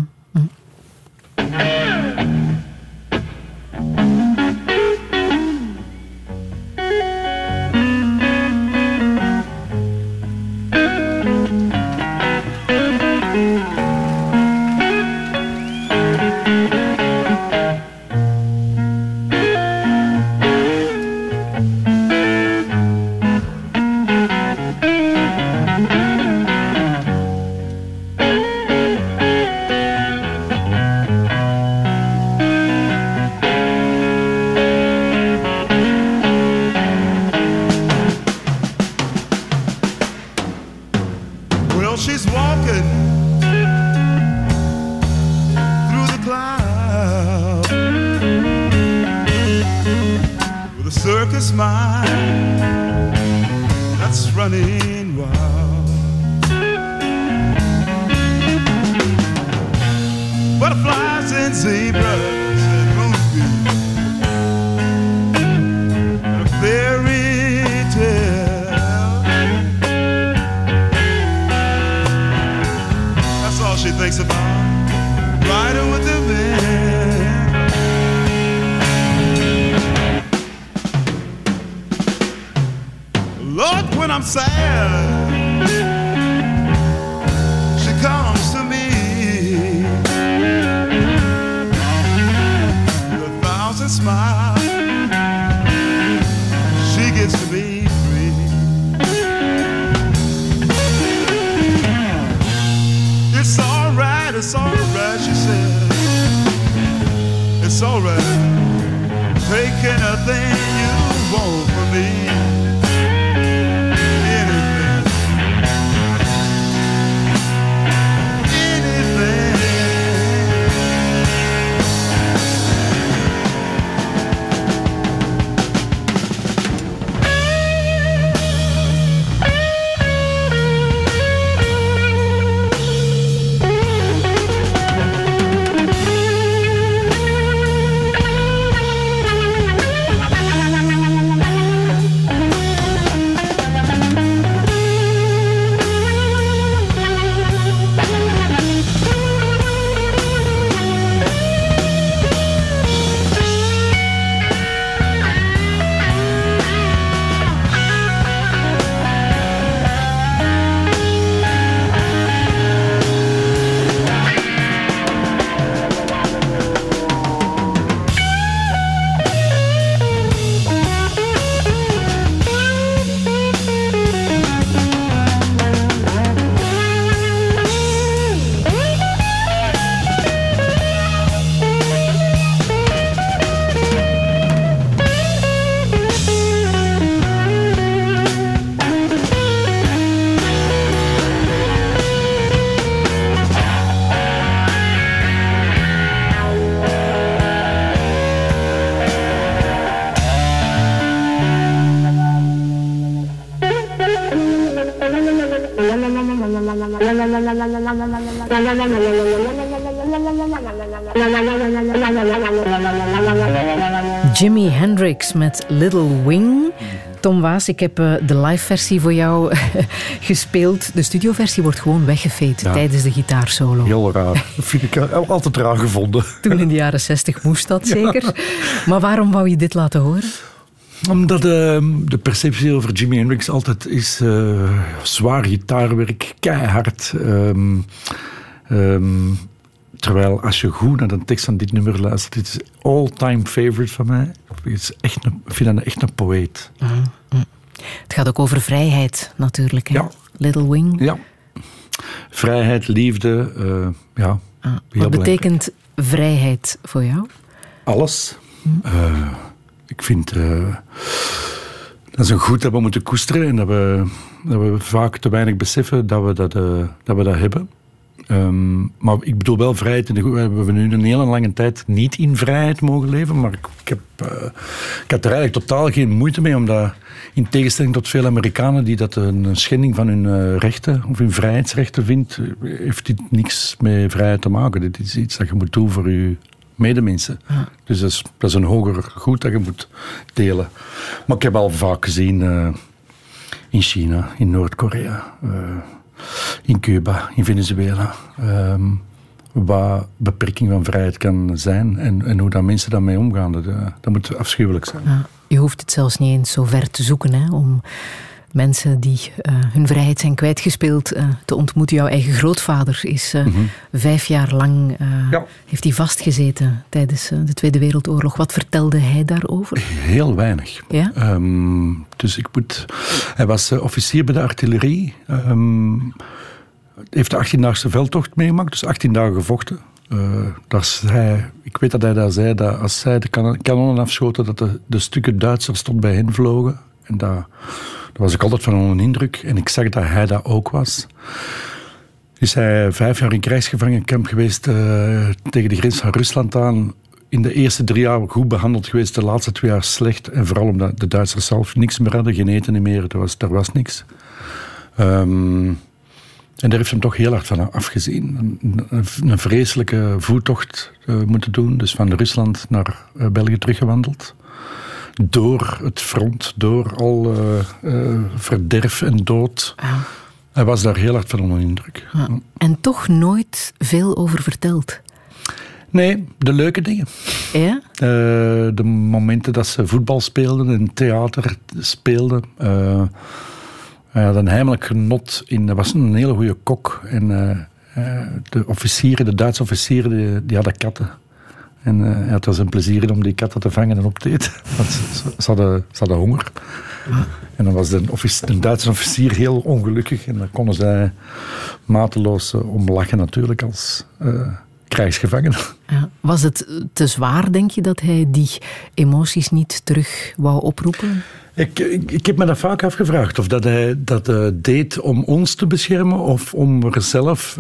S2: Jimi Hendrix met Little Wing. Tom Waas, ik heb de live-versie voor jou gespeeld. De studioversie wordt gewoon weggeveed tijdens de gitaarsolo.
S3: Heel raar. Dat vind ik altijd raar gevonden.
S2: Toen in de jaren 60 moest dat zeker. Ja. Maar waarom wou je dit laten horen?
S3: Omdat de perceptie over Jimi Hendrix altijd is zwaar gitaarwerk, keihard. Terwijl als je goed naar de tekst van dit nummer luistert, dit is all-time favorite van mij. Ik vind dat echt een poëet.
S2: Het gaat ook over vrijheid, natuurlijk. Hè?
S3: Ja,
S2: Little Wing.
S3: Ja. Vrijheid, liefde, ja.
S2: Wat betekent vrijheid voor jou?
S3: Alles. Ik vind dat is een goed dat we moeten koesteren en dat we vaak te weinig beseffen dat we dat hebben. Maar ik bedoel wel vrijheid. We hebben nu een hele lange tijd niet in vrijheid mogen leven, maar ik had er eigenlijk totaal geen moeite mee, omdat in tegenstelling tot veel Amerikanen die dat een schending van hun rechten of hun vrijheidsrechten vindt, heeft dit niks met vrijheid te maken. Dit is iets dat je moet doen voor je medemensen. Ja. Dus dat is een hoger goed dat je moet delen. Maar ik heb al vaak gezien in China, in Noord-Korea, in Cuba, in Venezuela, wat beperking van vrijheid kan zijn en hoe dat mensen daarmee omgaan. Dat moet afschuwelijk zijn. Ja,
S2: je hoeft het zelfs niet eens zo ver te zoeken, hè, om mensen die hun vrijheid zijn kwijtgespeeld te ontmoeten. Jouw eigen grootvader is 5 jaar lang heeft hij vastgezeten tijdens de Tweede Wereldoorlog. Wat vertelde hij daarover?
S3: Heel weinig. Ja? Dus hij was officier bij de artillerie. Heeft de 18-daagse veldtocht meegemaakt, dus 18 dagen gevochten. Ik weet dat hij daar zei dat als zij de kanonnen afschoten, dat de stukken Duitsers tot bij hen vlogen. En daar was ik altijd van onder de indruk. En ik zag dat hij dat ook was. Is hij 5 jaar in krijgsgevangenkamp geweest tegen de grens van Rusland aan. In de eerste 3 jaar goed behandeld geweest, de laatste 2 jaar slecht. En vooral omdat de Duitsers zelf niks meer hadden, geen eten meer. Er was niks. En daar heeft hem toch heel hard van afgezien. Een vreselijke voettocht moeten doen. Dus van Rusland naar België teruggewandeld. Door het front, door al verderf en dood. Hij was daar heel hard van onder indruk.
S2: Ja. En toch nooit veel over verteld?
S3: Nee, de leuke dingen.
S2: Ja?
S3: De momenten dat ze voetbal speelden en theater speelden. Hij had een heimelijk genot in. Hij was een hele goede kok. En de Duitse officieren, die hadden katten. En hij had er zijn plezier in om die katten te vangen en op te eten. Want ze hadden honger. En dan was de Duitse officier heel ongelukkig. En daar konden zij mateloos om lachen natuurlijk als krijgsgevangenen. Ja.
S2: Was het te zwaar, denk je, dat hij die emoties niet terug wou oproepen?
S3: Ik heb me dat vaak afgevraagd. Of dat hij dat deed om ons te beschermen of om er zelf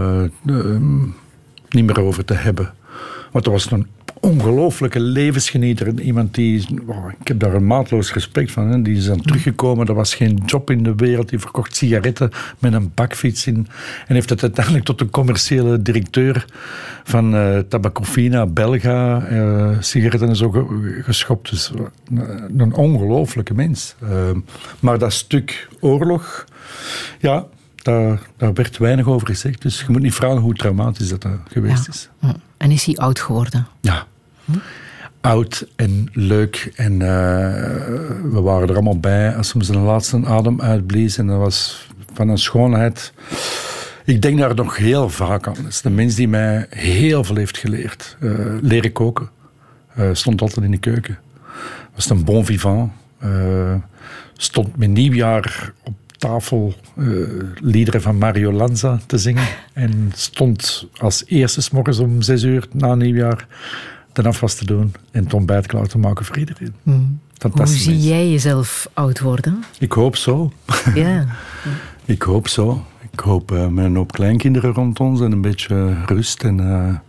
S3: niet meer over te hebben. Want dat was een ongelooflijke levensgenieter. Iemand die... ik heb daar een maatloos respect van. Hè. Die is dan teruggekomen. Er was geen job in de wereld. Die verkocht sigaretten met een bakfiets in. En heeft het uiteindelijk tot een commerciële directeur van Tabacofina, Belga, sigaretten en zo geschopt. Dus een ongelooflijke mens. Maar dat stuk oorlog... Ja... Daar werd weinig over gezegd. Dus je moet niet vragen hoe traumatisch dat geweest is.
S2: En is hij oud geworden?
S3: Ja. Oud en leuk. En we waren er allemaal bij als hij zijn laatste adem uitblies. En dat was van een schoonheid. Ik denk daar nog heel vaak aan. Dat is de mens die mij heel veel heeft geleerd. Leren koken. Stond altijd in de keuken. Was een bon vivant. Stond met nieuwjaar op tafel liederen van Mario Lanza te zingen. En stond als eerste 's morgens om 6 uur na nieuwjaar de afwas te doen en het ontbijt klaar te maken voor iedereen.
S2: Hoe zie jij jezelf oud worden?
S3: Ik hoop zo.
S2: Ja.
S3: Ik hoop zo. Ik hoop met een hoop kleinkinderen rond ons en een beetje rust. En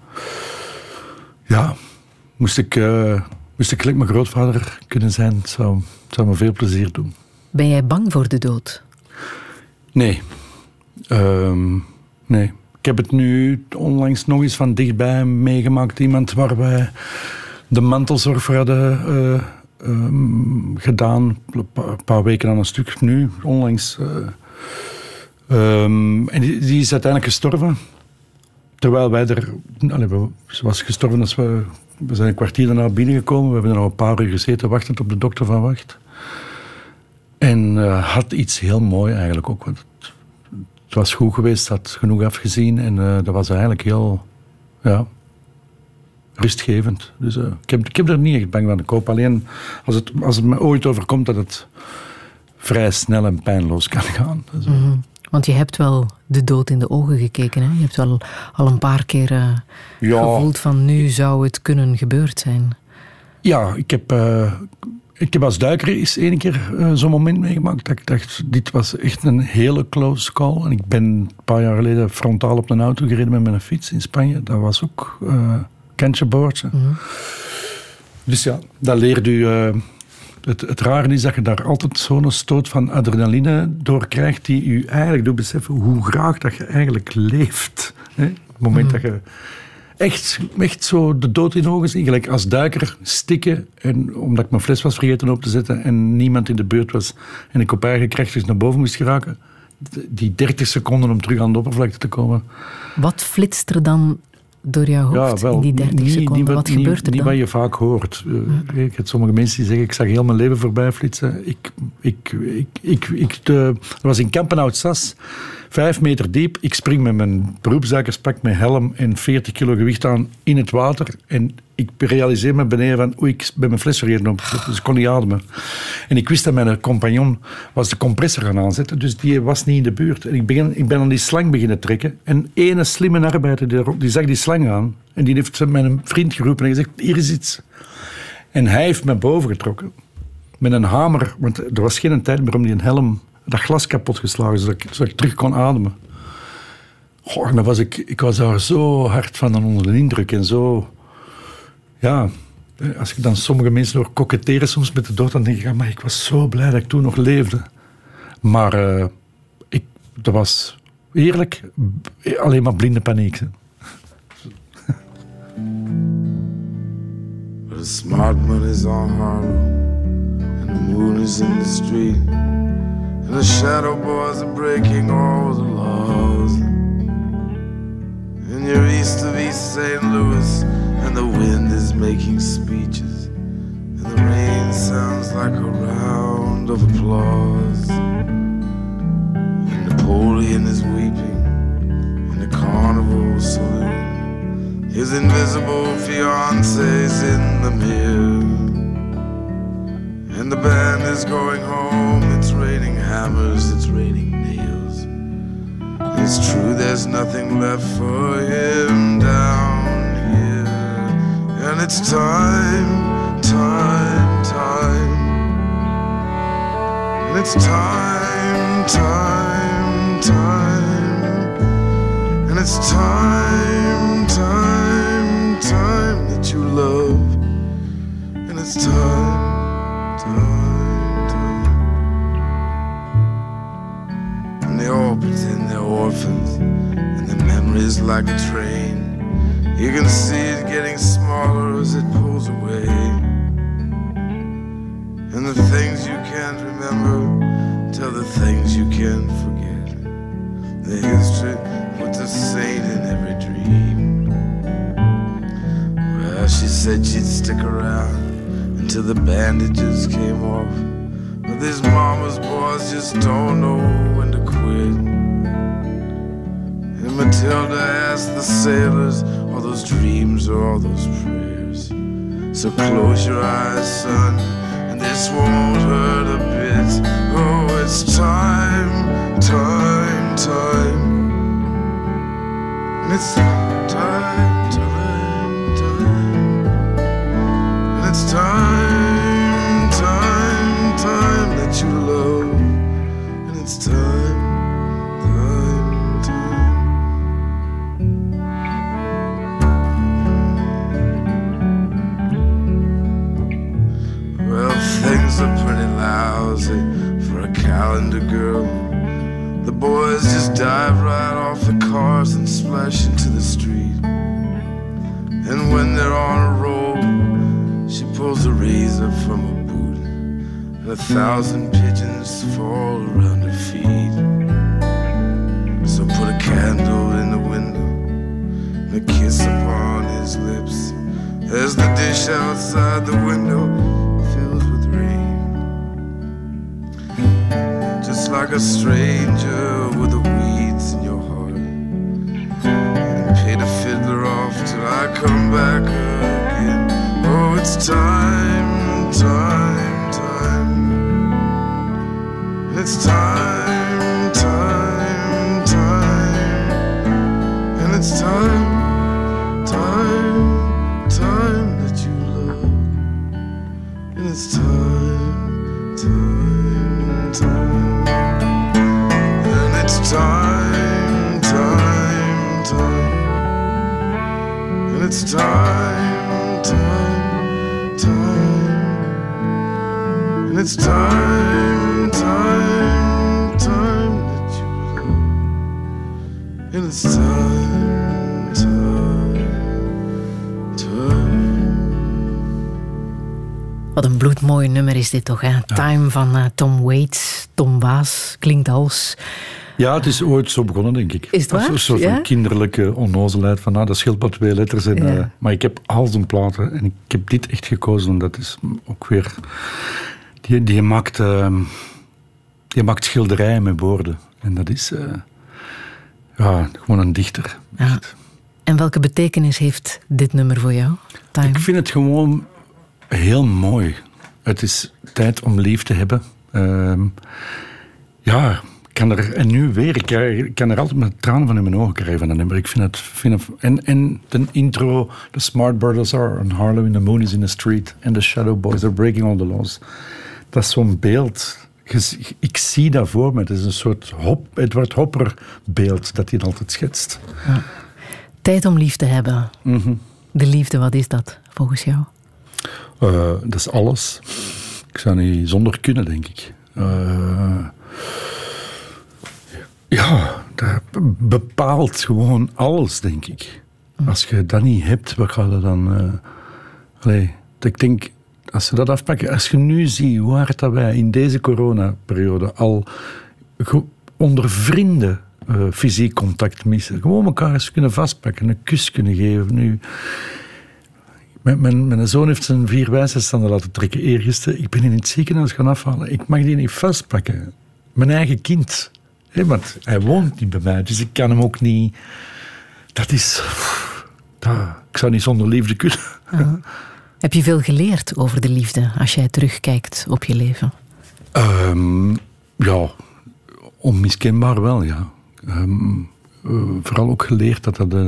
S3: moest ik gelijk mijn grootvader kunnen zijn, het zou me veel plezier doen.
S2: Ben jij bang voor de dood?
S3: Nee. Nee. Ik heb het nu onlangs nog eens van dichtbij meegemaakt. Iemand waar wij de mantelzorg voor hadden gedaan. Een paar weken aan een stuk. Nu, onlangs. En die is uiteindelijk gestorven. Terwijl wij ze was gestorven als we zijn een kwartier daarna binnengekomen. We hebben er nog een paar uur gezeten wachtend op de dokter van wacht. En had iets heel mooi eigenlijk ook. Want het was goed geweest, had genoeg afgezien. En dat was eigenlijk heel rustgevend. Dus ik heb er niet echt bang van. Ik hoop alleen, als het me ooit overkomt, dat het vrij snel en pijnloos kan gaan. Dus,
S2: Want je hebt wel de dood in de ogen gekeken. Hè? Je hebt wel al een paar keer gevoeld van nu zou het kunnen gebeurd zijn.
S3: Ja, ik heb als duiker eens 1 keer zo'n moment meegemaakt dat ik dacht, dit was echt een hele close call. En ik ben een paar jaar geleden frontaal op een auto gereden met mijn fiets in Spanje. Dat was ook kantjeboordje. Mm-hmm. Dus ja, dat leert u... Het rare is dat je daar altijd zo'n stoot van adrenaline door krijgt die u eigenlijk doet beseffen hoe graag dat je eigenlijk leeft. Hè? Op het moment dat je echt zo de dood in de ogen ziet. Gelijk als duiker stikken, en omdat ik mijn fles was vergeten op te zetten en niemand in de buurt was en ik op eigen krachtjes naar boven moest geraken. Die 30 seconden om terug aan de oppervlakte te komen.
S2: Wat flitst er dan door jouw hoofd in die 30 seconden? Wat gebeurt er dan?
S3: Niet wat je vaak hoort. Ik heb sommige mensen die zeggen, ik zag heel mijn leven voorbij flitsen. Dat was in Kampenhout-Sas, 5 meter diep. Ik spring met mijn beroepsduikerspak, met helm en 40 kilo gewicht aan in het water. En ik realiseer me beneden van, ik ben mijn fles vergeten op te zetten, dus ik kon niet ademen. En ik wist dat mijn compagnon was de compressor gaan aanzetten, dus die was niet in de buurt. En ik ben aan die slang beginnen trekken. En ene slimme arbeider die zag die slang aan. En die heeft mijn vriend geroepen en gezegd, hier is iets. En hij heeft me boven getrokken. Met een hamer, want er was geen tijd meer om die helm, dat glas kapot geslagen, zodat ik terug kon ademen. Goh, en dan was ik was daar zo hard van onder de indruk en zo... Ja, als ik dan sommige mensen hoor koketteren soms met de dood, dan denk ik, maar ik was zo blij dat ik toen nog leefde. Maar dat was eerlijk alleen maar blinde paniek.
S13: But the smart man is on Harlem, and the moon is in the street, and the shadow boys are breaking all the laws. And you're east of East St. Louis, and the wind is making speeches, and the rain sounds like a round of applause. And Napoleon is weeping in the carnival saloon. His invisible fiance's in the mirror, and the band is going home. It's raining hammers, it's raining nails. It's true, there's nothing left for him down here. And it's time, time, time. And it's time, time, time. And it's time, time, time that you love. And it's time, time, time. And they all pretend they're orphans, and their memories like a train. You can see it getting smaller as it pulls away. And the things you can't remember tell the things you can't forget. The history puts a saint in every dream. Well, she said she'd stick around until the bandages came off. But these mama's boys just don't know when to quit. And Matilda asked the sailors, all those dreams or all those prayers. So close your eyes, son, and this won't hurt a bit. Oh, it's time, time, time. And it's time, time, time. And it's time, time, time that you love. And it's time, time, time. Things are pretty lousy for a calendar girl. The boys just dive right off the cars and splash into the street. And when they're on a roll, she pulls a razor from her boot, and 1,000 pigeons fall around her feet. So put a candle in the window and a kiss upon his lips, as the dish outside the window fills with rain. Just like a stranger with the weeds in your heart. And pay the fiddler off till I come back again. Oh, it's time, time, time. It's time, time, it's time, time, time that you love. And it's time, time, time.
S2: Wat een bloedmooi nummer is dit toch, hè? Ja. Time van Tom Waits. Tom Waas klinkt als...
S3: Ja, het is ooit zo begonnen, denk ik.
S2: Is het waar?
S3: Als een soort van kinderlijke onnozelheid van, dat scheelt maar 2 letters. En, maar ik heb al zijn platen en ik heb dit echt gekozen, omdat het is ook weer... Die maakt schilderijen met woorden. En dat is gewoon een dichter.
S2: Ja. En welke betekenis heeft dit nummer voor jou? Time?
S3: Ik vind het gewoon heel mooi. Het is tijd om lief te hebben. En nu weer, ik kan er altijd met tranen van in mijn ogen krijgen van dat nummer. Ik vind het en de intro, The Smart Brothers are on Harlem in the moon is in the street and the Shadow Boys are breaking all the laws. Dat is zo'n beeld. Ik zie dat voor me. Het is een soort Edward Hopper beeld dat hij altijd schetst.
S2: Ja. Tijd om lief te hebben. Mm-hmm. De liefde, wat is dat volgens jou?
S3: Dat is alles. Ik zou niet zonder kunnen, denk ik. Dat bepaalt gewoon alles, denk ik. Als je dat niet hebt, wat gaat er dan... ik denk, als je dat afpakt... Als je nu ziet hoe hard dat wij in deze coronaperiode al onder vrienden fysiek contact missen. Gewoon elkaar eens kunnen vastpakken, een kus kunnen geven. Nu, mijn zoon heeft zijn 4 wijsheidstanden laten trekken eergisteren. Ik ben in het ziekenhuis gaan afhalen. Ik mag die niet vastpakken. Mijn eigen kind... want hij woont niet bij mij, dus ik kan hem ook niet... Dat is... ik zou niet zonder liefde kunnen.
S2: Uh-huh. Heb je veel geleerd over de liefde als jij terugkijkt op je leven?
S3: Onmiskenbaar wel, ja. Vooral ook geleerd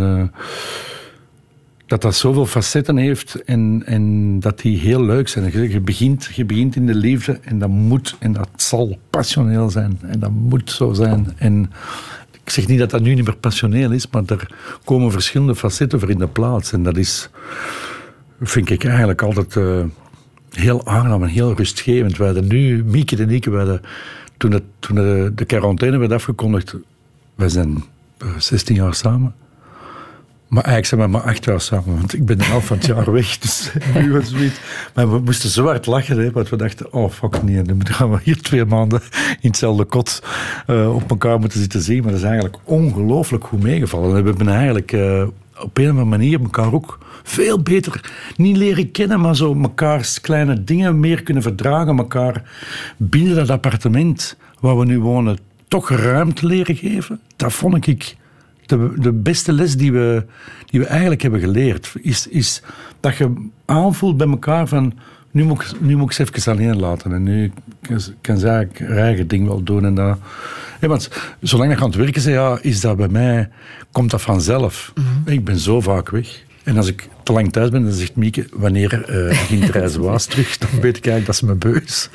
S3: dat zoveel facetten heeft en dat die heel leuk zijn. Je begint in de liefde en dat moet en dat zal passioneel zijn en dat moet zo zijn. En ik zeg niet dat dat nu niet meer passioneel is, maar er komen verschillende facetten voor in de plaats. En dat is, vind ik eigenlijk altijd heel aangenaam en heel rustgevend. Wij hadden nu, Mieke en ik, toen de quarantaine werd afgekondigd, wij zijn 16 jaar samen. Maar eigenlijk zijn we maar 8 jaar samen, want ik ben de helft van het jaar weg. Dus nu was het niet. Maar we moesten zo hard lachen, want we dachten, oh fuck nee, dan gaan we hier 2 maanden in hetzelfde kot op elkaar moeten zitten zien. Maar dat is eigenlijk ongelooflijk goed meegevallen. En we hebben eigenlijk op een of andere manier elkaar ook veel beter niet leren kennen, maar zo mekaars kleine dingen meer kunnen verdragen, elkaar binnen dat appartement waar we nu wonen toch ruimte leren geven. Dat vond ik... De beste les die we eigenlijk hebben geleerd, is dat je aanvoelt bij elkaar van, nu moet ik ze even alleen laten. En nu kan ze eigenlijk haar eigen ding wel doen. En dat, want zolang ik aan het werken ben, is dat bij mij, komt dat vanzelf. Mm-hmm. Ik ben zo vaak weg. En als ik te lang thuis ben, dan zegt Mieke, wanneer ging Therese Waas terug? Dan weet ik eigenlijk dat ze me beu is.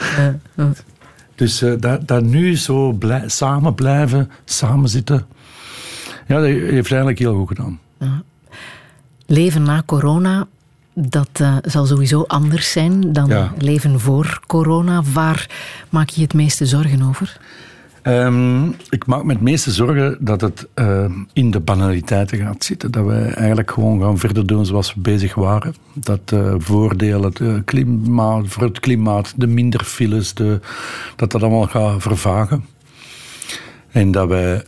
S3: Dus dat nu zo samen blijven, samen zitten... Ja, dat heeft eigenlijk heel goed gedaan.
S2: Ja. Leven na corona, dat zal sowieso anders zijn dan leven voor corona. Waar maak je het meeste zorgen over?
S3: Ik maak me het meeste zorgen dat het in de banaliteiten gaat zitten. Dat we eigenlijk gewoon gaan verder doen zoals we bezig waren. Dat voordelen, voor het klimaat, de minder files, dat allemaal gaat vervagen. En dat wij...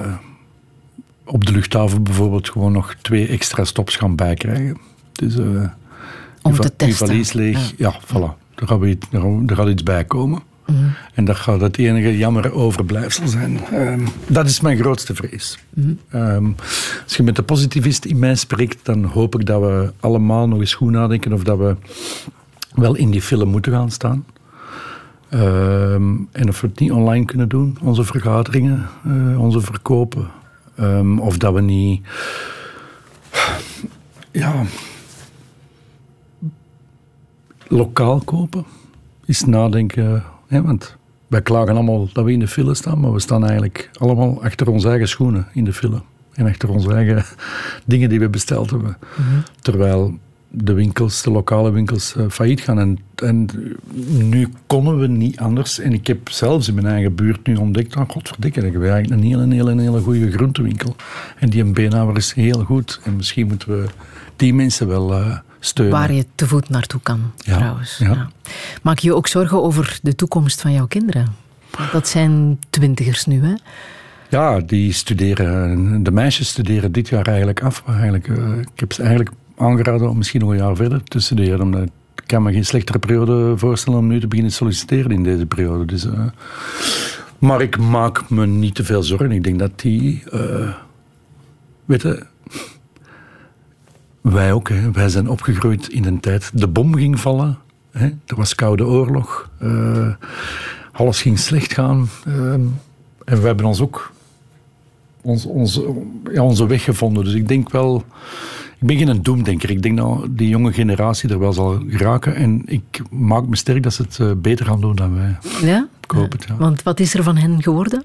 S3: op de luchthaven bijvoorbeeld gewoon nog 2 extra stops gaan bijkrijgen. Dus
S2: om te testen.
S3: Die valies leeg, ja voilà. Er gaat iets bij komen. Mm-hmm. En dat gaat het enige jammer overblijfsel zijn. Dat is mijn grootste vrees. Mm-hmm. Als je met de positivist in mij spreekt, dan hoop ik dat we allemaal nog eens goed nadenken of dat we wel in die film moeten gaan staan. En of we het niet online kunnen doen, onze vergaderingen, onze verkopen. Of dat we niet... lokaal kopen. Eens nadenken. Want wij klagen allemaal dat we in de file staan, maar we staan eigenlijk allemaal achter onze eigen schoenen in de file. En achter onze eigen dingen die we besteld hebben. Mm-hmm. Terwijl de winkels, de lokale winkels, failliet gaan. En nu konden we niet anders. En ik heb zelfs in mijn eigen buurt nu ontdekt, godverdikke, dat we eigenlijk een hele goede groentewinkel. En die een beenhouwer is heel goed. En misschien moeten we die mensen wel steunen.
S2: Waar je te voet naartoe kan, trouwens. Ja. Maak je je ook zorgen over de toekomst van jouw kinderen? Dat zijn 20ers nu, hè?
S3: Ja, die studeren. De meisjes studeren dit jaar eigenlijk af. Ik heb ze eigenlijk aangeraden om misschien nog een jaar verder te studeren. Omdat ik kan me geen slechtere periode voorstellen om nu te beginnen solliciteren in deze periode. Dus, maar ik maak me niet te veel zorgen. Ik denk dat die... weet je, wij ook. Hè. Wij zijn opgegroeid in een tijd... De bom ging vallen. Hè. Er was Koude Oorlog. Alles ging slecht gaan. En we hebben ons ook... onze weg gevonden. Dus ik denk wel... Ik ben geen doemdenker. Ik denk dat die jonge generatie er wel zal geraken. En ik maak me sterk dat ze het beter gaan doen dan wij.
S2: Ja?
S3: Ik hoop het, ja.
S2: Want wat is er van hen geworden?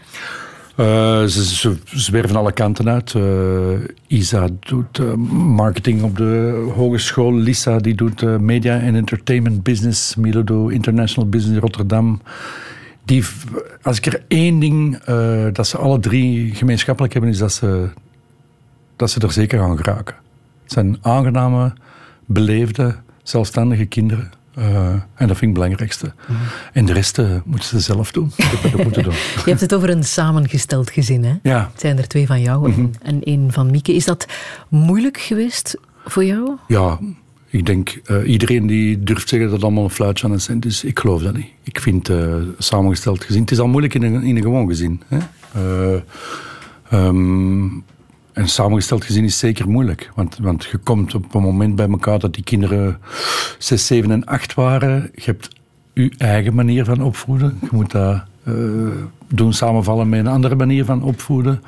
S3: Ze zwerven alle kanten uit. Isa doet marketing op de hogeschool. Lisa die doet media en entertainment business. Milo doet international business in Rotterdam. Als ik er één ding dat ze alle drie gemeenschappelijk hebben, is dat ze er zeker aan geraken. Het zijn aangename, beleefde, zelfstandige kinderen. En dat vind ik het belangrijkste. En de rest moeten ze zelf doen. Dat moeten doen.
S2: Je hebt het over een samengesteld gezin, hè?
S3: Ja.
S2: Het zijn er 2 van jou en 1 van Mieke. Is dat moeilijk geweest voor jou?
S3: Ja, ik denk iedereen die durft zeggen dat het allemaal een fluitje aan een cent is. Ik geloof dat niet. Ik vind samengesteld gezin... Het is al moeilijk in een gewoon gezin. Hè? En samengesteld gezin is zeker moeilijk. Want je komt op een moment bij elkaar dat die kinderen 6, 7 en 8 waren. Je hebt je eigen manier van opvoeden. Je moet dat doen samenvallen met een andere manier van opvoeden.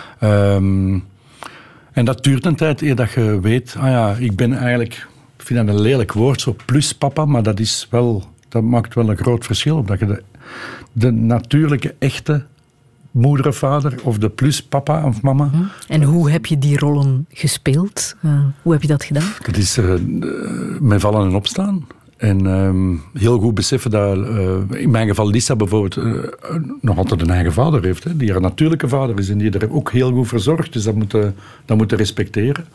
S3: En dat duurt een tijd eer dat je weet... ik ben eigenlijk... Ik vind dat een lelijk woord, zo plus papa. Maar dat maakt wel een groot verschil. Omdat je de natuurlijke, echte... moeder of vader, of de plus papa of mama.
S2: En hoe heb je die rollen gespeeld? Hoe heb je dat gedaan?
S3: Dat is met vallen en opstaan. En heel goed beseffen dat, in mijn geval Lisa bijvoorbeeld, nog altijd een eigen vader heeft. Hè, die haar natuurlijke vader is en die er ook heel goed voor zorgt. Dus dat moet je respecteren.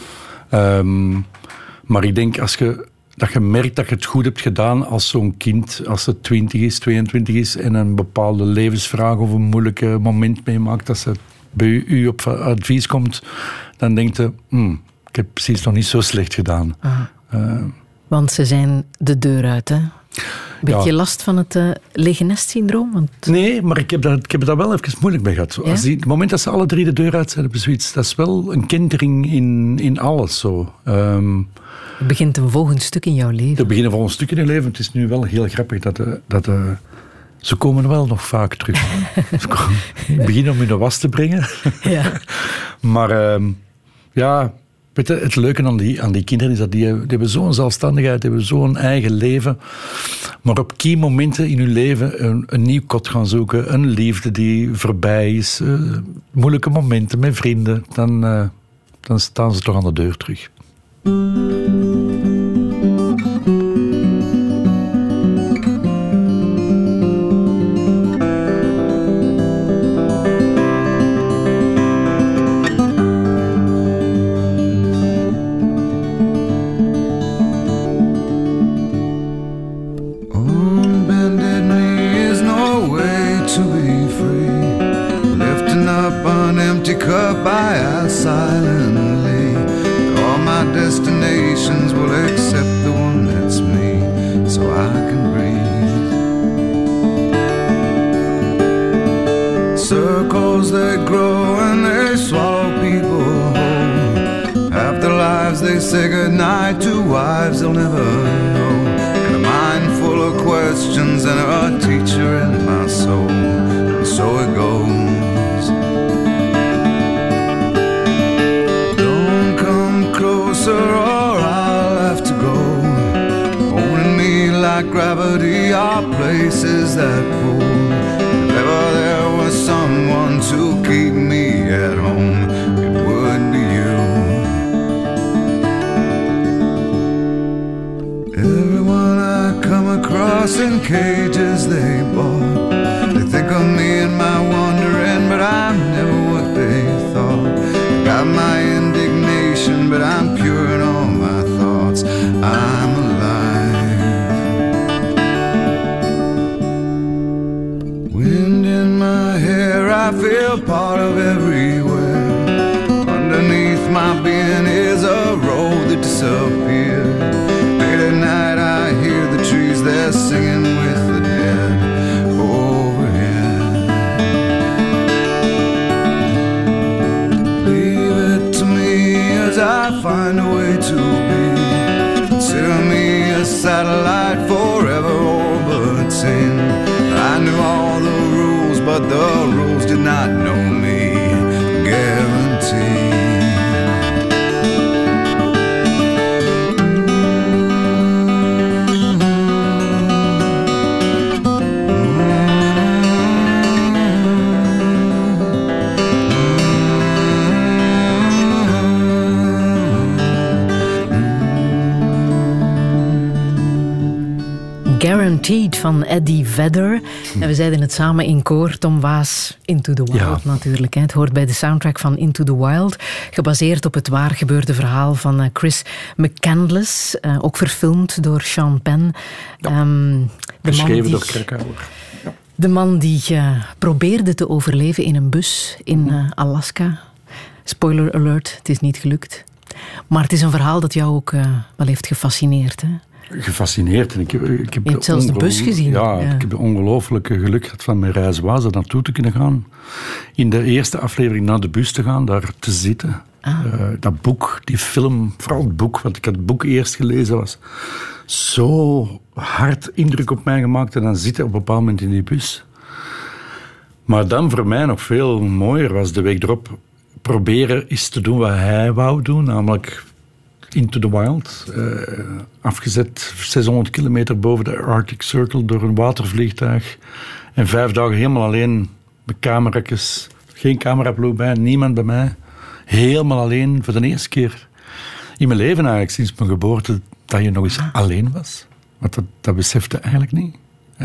S3: Maar ik denk, dat je merkt dat je het goed hebt gedaan als zo'n kind, als het 20 is, 22 is en een bepaalde levensvraag of een moeilijke moment meemaakt, dat ze bij u op advies komt, dan denkt je, ik heb precies nog niet zo slecht gedaan.
S2: Want ze zijn de deur uit, hè? Beetje last van het lege nest-syndroom? Want... Nee,
S3: maar ik heb daar wel even moeilijk mee gehad. Ja? Het moment dat ze alle 3 de deur uit zijn, hebben zoiets, dat is wel een kentering in alles zo.
S2: Er begint een volgend stuk in jouw leven.
S3: Er begint een volgend stuk in je leven. Het is nu wel heel grappig dat ze komen wel nog vaak terug. Ze beginnen om in de was te brengen. Ja. Maar weet je, het leuke aan die kinderen is dat die hebben zo'n zelfstandigheid, die hebben zo'n eigen leven. Maar op key momenten in hun leven een nieuw kot gaan zoeken, een liefde die voorbij is, moeilijke momenten met vrienden, dan staan ze toch aan de deur terug.
S14: Say goodnight to wives they'll never know. And a mind full of questions and a teacher in my soul. And so it goes. Don't come closer or I'll have to go. Holding me like gravity are places that pull. If ever there was someone to keep me at home, it would be you. everyone I come across in cages they bought. They think of me and my wandering, but I'm never what they thought. I got my indignation, but I'm pure in all my thoughts. I'm alive. Wind in my hair, I feel part of everywhere. Underneath my being is a road that disappeared. Late at night I hear the trees, they're singing with the dead overhead. Leave it to me as I find a way to be. Consider me a satellite forever orbiting. I knew all the rules, but the rules did not know me. Guaranteed.
S2: Guaranteed van Eddie Vedder. En we zeiden het samen in koor. Tom Waas, Into the Wild natuurlijk. Hè. Het hoort bij de soundtrack van Into the Wild. Gebaseerd op het waar gebeurde verhaal van Chris McCandless. Ook verfilmd door Sean Penn.
S3: Geschreven door Krakauer.
S2: De man die probeerde te overleven in een bus in Alaska. Spoiler alert, het is niet gelukt. Maar het is een verhaal dat jou ook wel heeft gefascineerd, hè?
S3: Gefascineerd. En ik heb
S2: je hebt zelfs de bus gezien.
S3: Ja, ik heb de ongelooflijke geluk gehad van mijn reis was er naartoe te kunnen gaan. In de eerste aflevering naar de bus te gaan, daar te zitten. Dat boek, die film, vooral het boek, want ik had het boek eerst gelezen, was zo hard indruk op mij gemaakt. En dan zitten op een bepaald moment in die bus. Maar dan voor mij nog veel mooier was de week erop proberen eens te doen wat hij wou doen, namelijk Into the Wild. Afgezet 600 kilometer boven de Arctic Circle door een watervliegtuig. En 5 dagen helemaal alleen met camerakjes. Geen cameraploeg bij, niemand bij mij. Helemaal alleen voor de eerste keer in mijn leven eigenlijk, sinds mijn geboorte, dat je nog eens alleen was. Want dat besefte eigenlijk niet.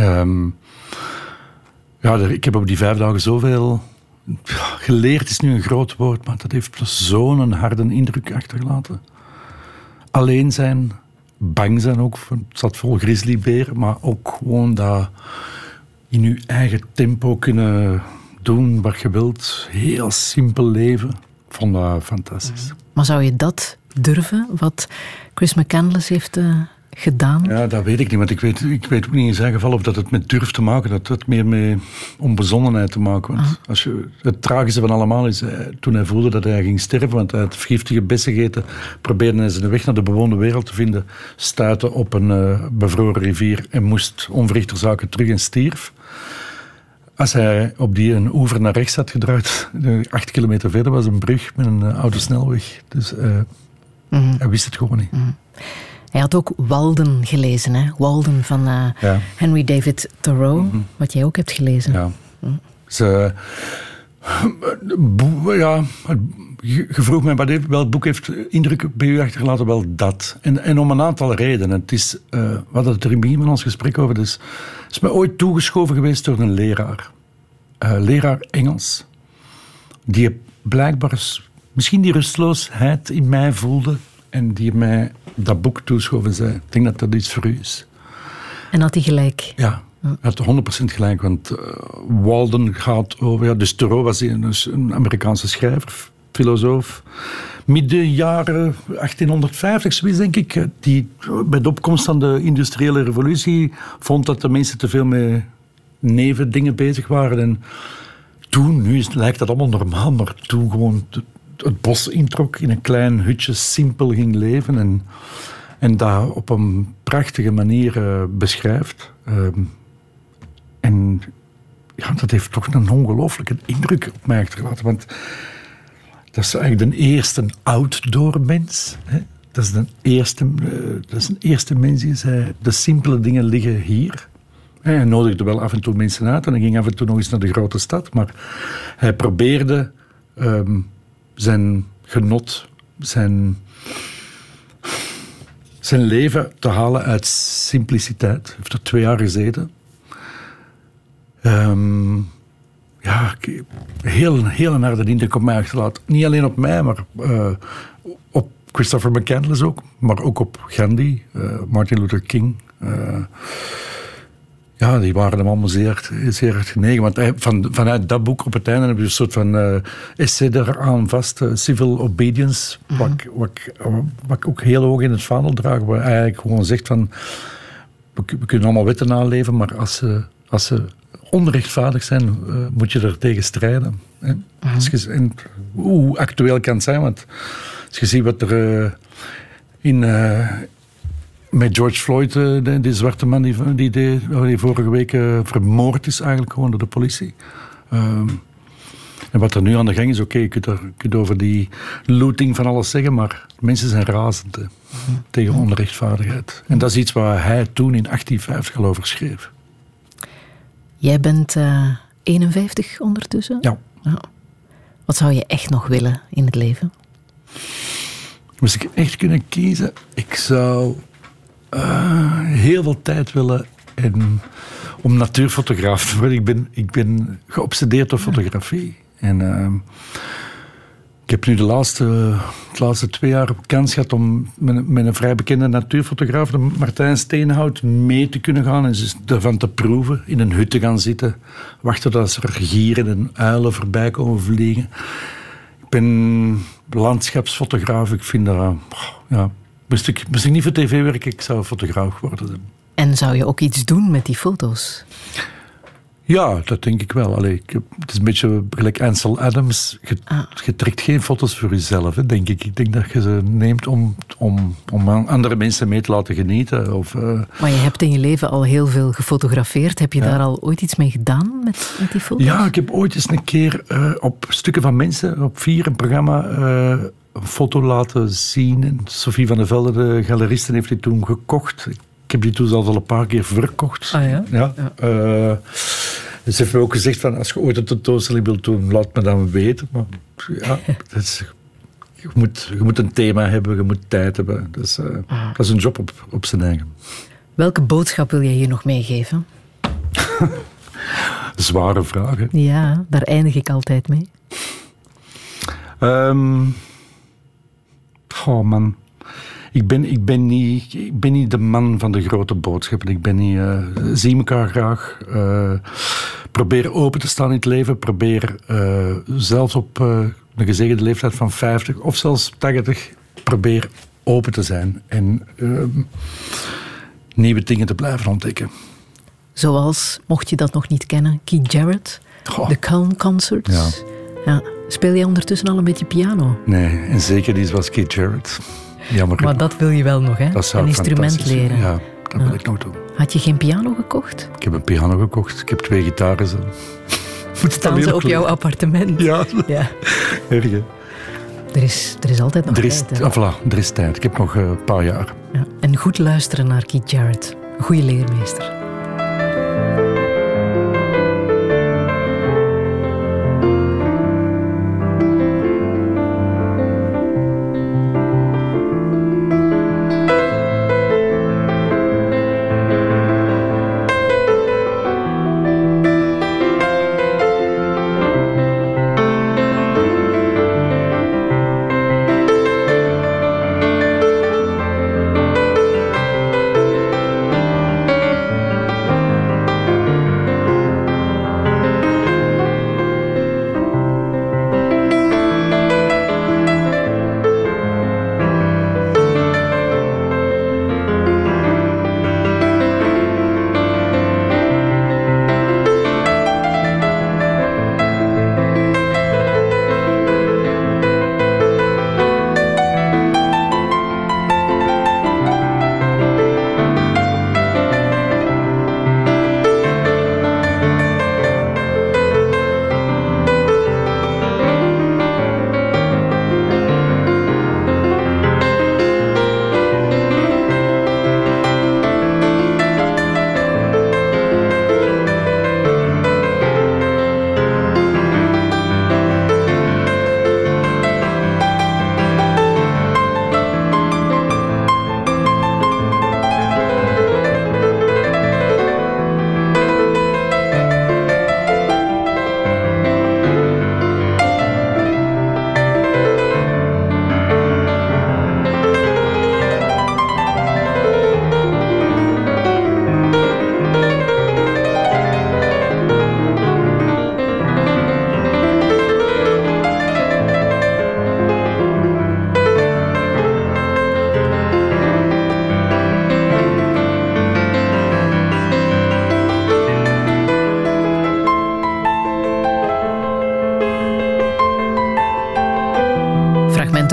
S3: Ik heb op die 5 dagen zoveel geleerd, is nu een groot woord, maar dat heeft zo'n harde indruk achtergelaten. Alleen zijn, bang zijn ook. Het zat vol grizzlyberen, maar ook gewoon dat in je eigen tempo kunnen doen wat je wilt. Heel simpel leven. Ik vond dat fantastisch.
S2: Maar zou je dat durven, wat Chris McCandless heeft gedaan?
S3: Ja, dat weet ik niet, want ik weet ook niet in zijn geval of dat het met durf te maken, dat het meer met onbezonnenheid te maken. Want het tragische van allemaal is, toen hij voelde dat hij ging sterven, want hij had giftige bessen gegeten, probeerde hij zijn weg naar de bewoonde wereld te vinden, stuitte op een bevroren rivier en moest onverrichter zaken terug en stierf. Als hij op die een oever naar rechts had gedraaid, 8 kilometer verder was een brug met een autosnelweg. Dus hij wist het gewoon niet.
S2: Hij had ook Walden gelezen, hè? Walden van Henry David Thoreau, wat jij ook hebt gelezen.
S3: Ja. Je vroeg mij welk boek heeft indruk bij u achtergelaten? Wel dat. En om een aantal redenen. Het is, we hadden het er in het begin van ons gesprek over. Het is mij ooit toegeschoven geweest door een leraar. Leraar Engels. Die blijkbaar misschien die rustloosheid in mij voelde. En die mij dat boek toeschoven zei. Ik denk dat dat iets voor u is.
S2: En had hij gelijk?
S3: Ja. Hij had 100% gelijk, want Walden gaat over... Ja, dus Thoreau was een Amerikaanse schrijver, filosoof. Midden jaren 1850, zoiets denk ik. Die bij de opkomst van de industriële revolutie vond dat de mensen te veel met nevendingen bezig waren. En toen, nu lijkt dat allemaal normaal, maar toen gewoon het bos introk, in een klein hutje simpel ging leven en dat op een prachtige manier beschrijft. En ja, dat heeft toch een ongelooflijke indruk op mij achtergelaten. Want dat is eigenlijk de eerste outdoor mens. Hè? Dat is een eerste mens die zei, de simpele dingen liggen hier. Hij nodigde wel af en toe mensen uit en hij ging af en toe nog eens naar de grote stad. Maar hij probeerde zijn genot, zijn zijn leven te halen uit simpliciteit. Hij heeft er 2 jaar gezeten. Heel een harde indruk op mij achterlaten. Niet alleen op mij, maar op Christopher McCandless ook. Maar ook op Gandhi, Martin Luther King. Die waren hem allemaal zeer genegen. Want vanuit dat boek op het einde heb je een soort van essay eraan vast. Civil Obedience. Wat ik ook heel hoog in het vaandel draag. Waar hij eigenlijk gewoon zegt van... We kunnen allemaal wetten naleven, maar als ze onrechtvaardig zijn, moet je er tegen strijden. Hoe actueel kan het zijn? Want als je ziet wat er met George Floyd, die zwarte man die vorige week vermoord is eigenlijk gewoon door de politie. En wat er nu aan de gang is, oké, je kunt over die looting van alles zeggen, maar mensen zijn razend tegen onrechtvaardigheid. En dat is iets waar hij toen in 1850 al over schreef.
S2: Jij bent 51 ondertussen?
S3: Ja.
S2: Wat zou je echt nog willen in het leven?
S3: Moest ik echt kunnen kiezen? Ik zou heel veel tijd willen om natuurfotograaf te worden. Ik ben geobsedeerd door fotografie. En ik heb nu de laatste 2 jaar kans gehad om met een vrij bekende natuurfotograaf, Martijn Steenhout, mee te kunnen gaan en ervan te proeven, in een hut te gaan zitten, wachten tot er gieren en uilen voorbij komen vliegen. Ik ben landschapsfotograaf. Ik vind dat... Moest ik niet voor tv werken, ik zou fotograaf worden.
S2: En zou je ook iets doen met die foto's?
S3: Ja, dat denk ik wel. Het is een beetje gelijk Ansel Adams. Je trekt geen foto's voor jezelf, denk ik. Ik denk dat je ze neemt om andere mensen mee te laten genieten.
S2: Maar je hebt in je leven al heel veel gefotografeerd. Heb je daar al ooit iets mee gedaan met die foto's?
S3: Ja, ik heb ooit eens een keer op Stukken van Mensen, op 4, een programma, een foto laten zien. En Sophie van der Velde, de galeriste, heeft die toen gekocht. Ik heb die toen zelfs al een paar keer verkocht. Ja. Ze heeft me ook gezegd van, als je ooit een tentoonstelling wilt doen, laat me dan weten. Maar ja, je moet een thema hebben, je moet tijd hebben. Dat is een job op zijn eigen.
S2: Welke boodschap wil jij hier nog meegeven?
S3: Zware vragen.
S2: Ja, daar eindig ik altijd mee.
S3: Man. Ik ben niet de man van de grote boodschappen. Ik ben niet... zie elkaar graag. Probeer open te staan in het leven. Probeer zelfs op een gezegende leeftijd van 50 of zelfs 80... probeer open te zijn. En nieuwe dingen te blijven ontdekken.
S2: Zoals, mocht je dat nog niet kennen, Keith Jarrett, de Calm Concerts. Ja. Speel je ondertussen al een beetje piano?
S3: Nee, en zeker niet zoals Keith Jarrett. Jammer.
S2: Maar dat wil je wel nog, hè?
S3: Een
S2: instrument leren.
S3: Ja, dat wil ik nog doen.
S2: Had je geen piano gekocht?
S3: Ik heb een piano gekocht. Ik heb 2 gitaren.
S2: Staan ze op jouw appartement?
S3: Ja. Erg, hè?
S2: Er is altijd nog tijd.
S3: Er is tijd. Ik heb nog een paar jaar.
S2: Ja. En goed luisteren naar Keith Jarrett. Een goede leermeester.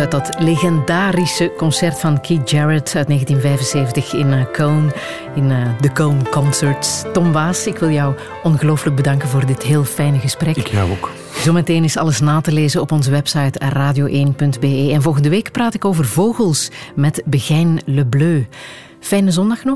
S2: uit dat legendarische concert van Keith Jarrett uit 1975 in Köln, in de Köln Concerts. Tom Waas, ik wil jou ongelooflijk bedanken voor dit heel fijne gesprek.
S3: Ik jou ook.
S2: Zometeen is alles na te lezen op onze website radio1.be. En volgende week praat ik over vogels met Begijn Le Bleu. Fijne zondag nog.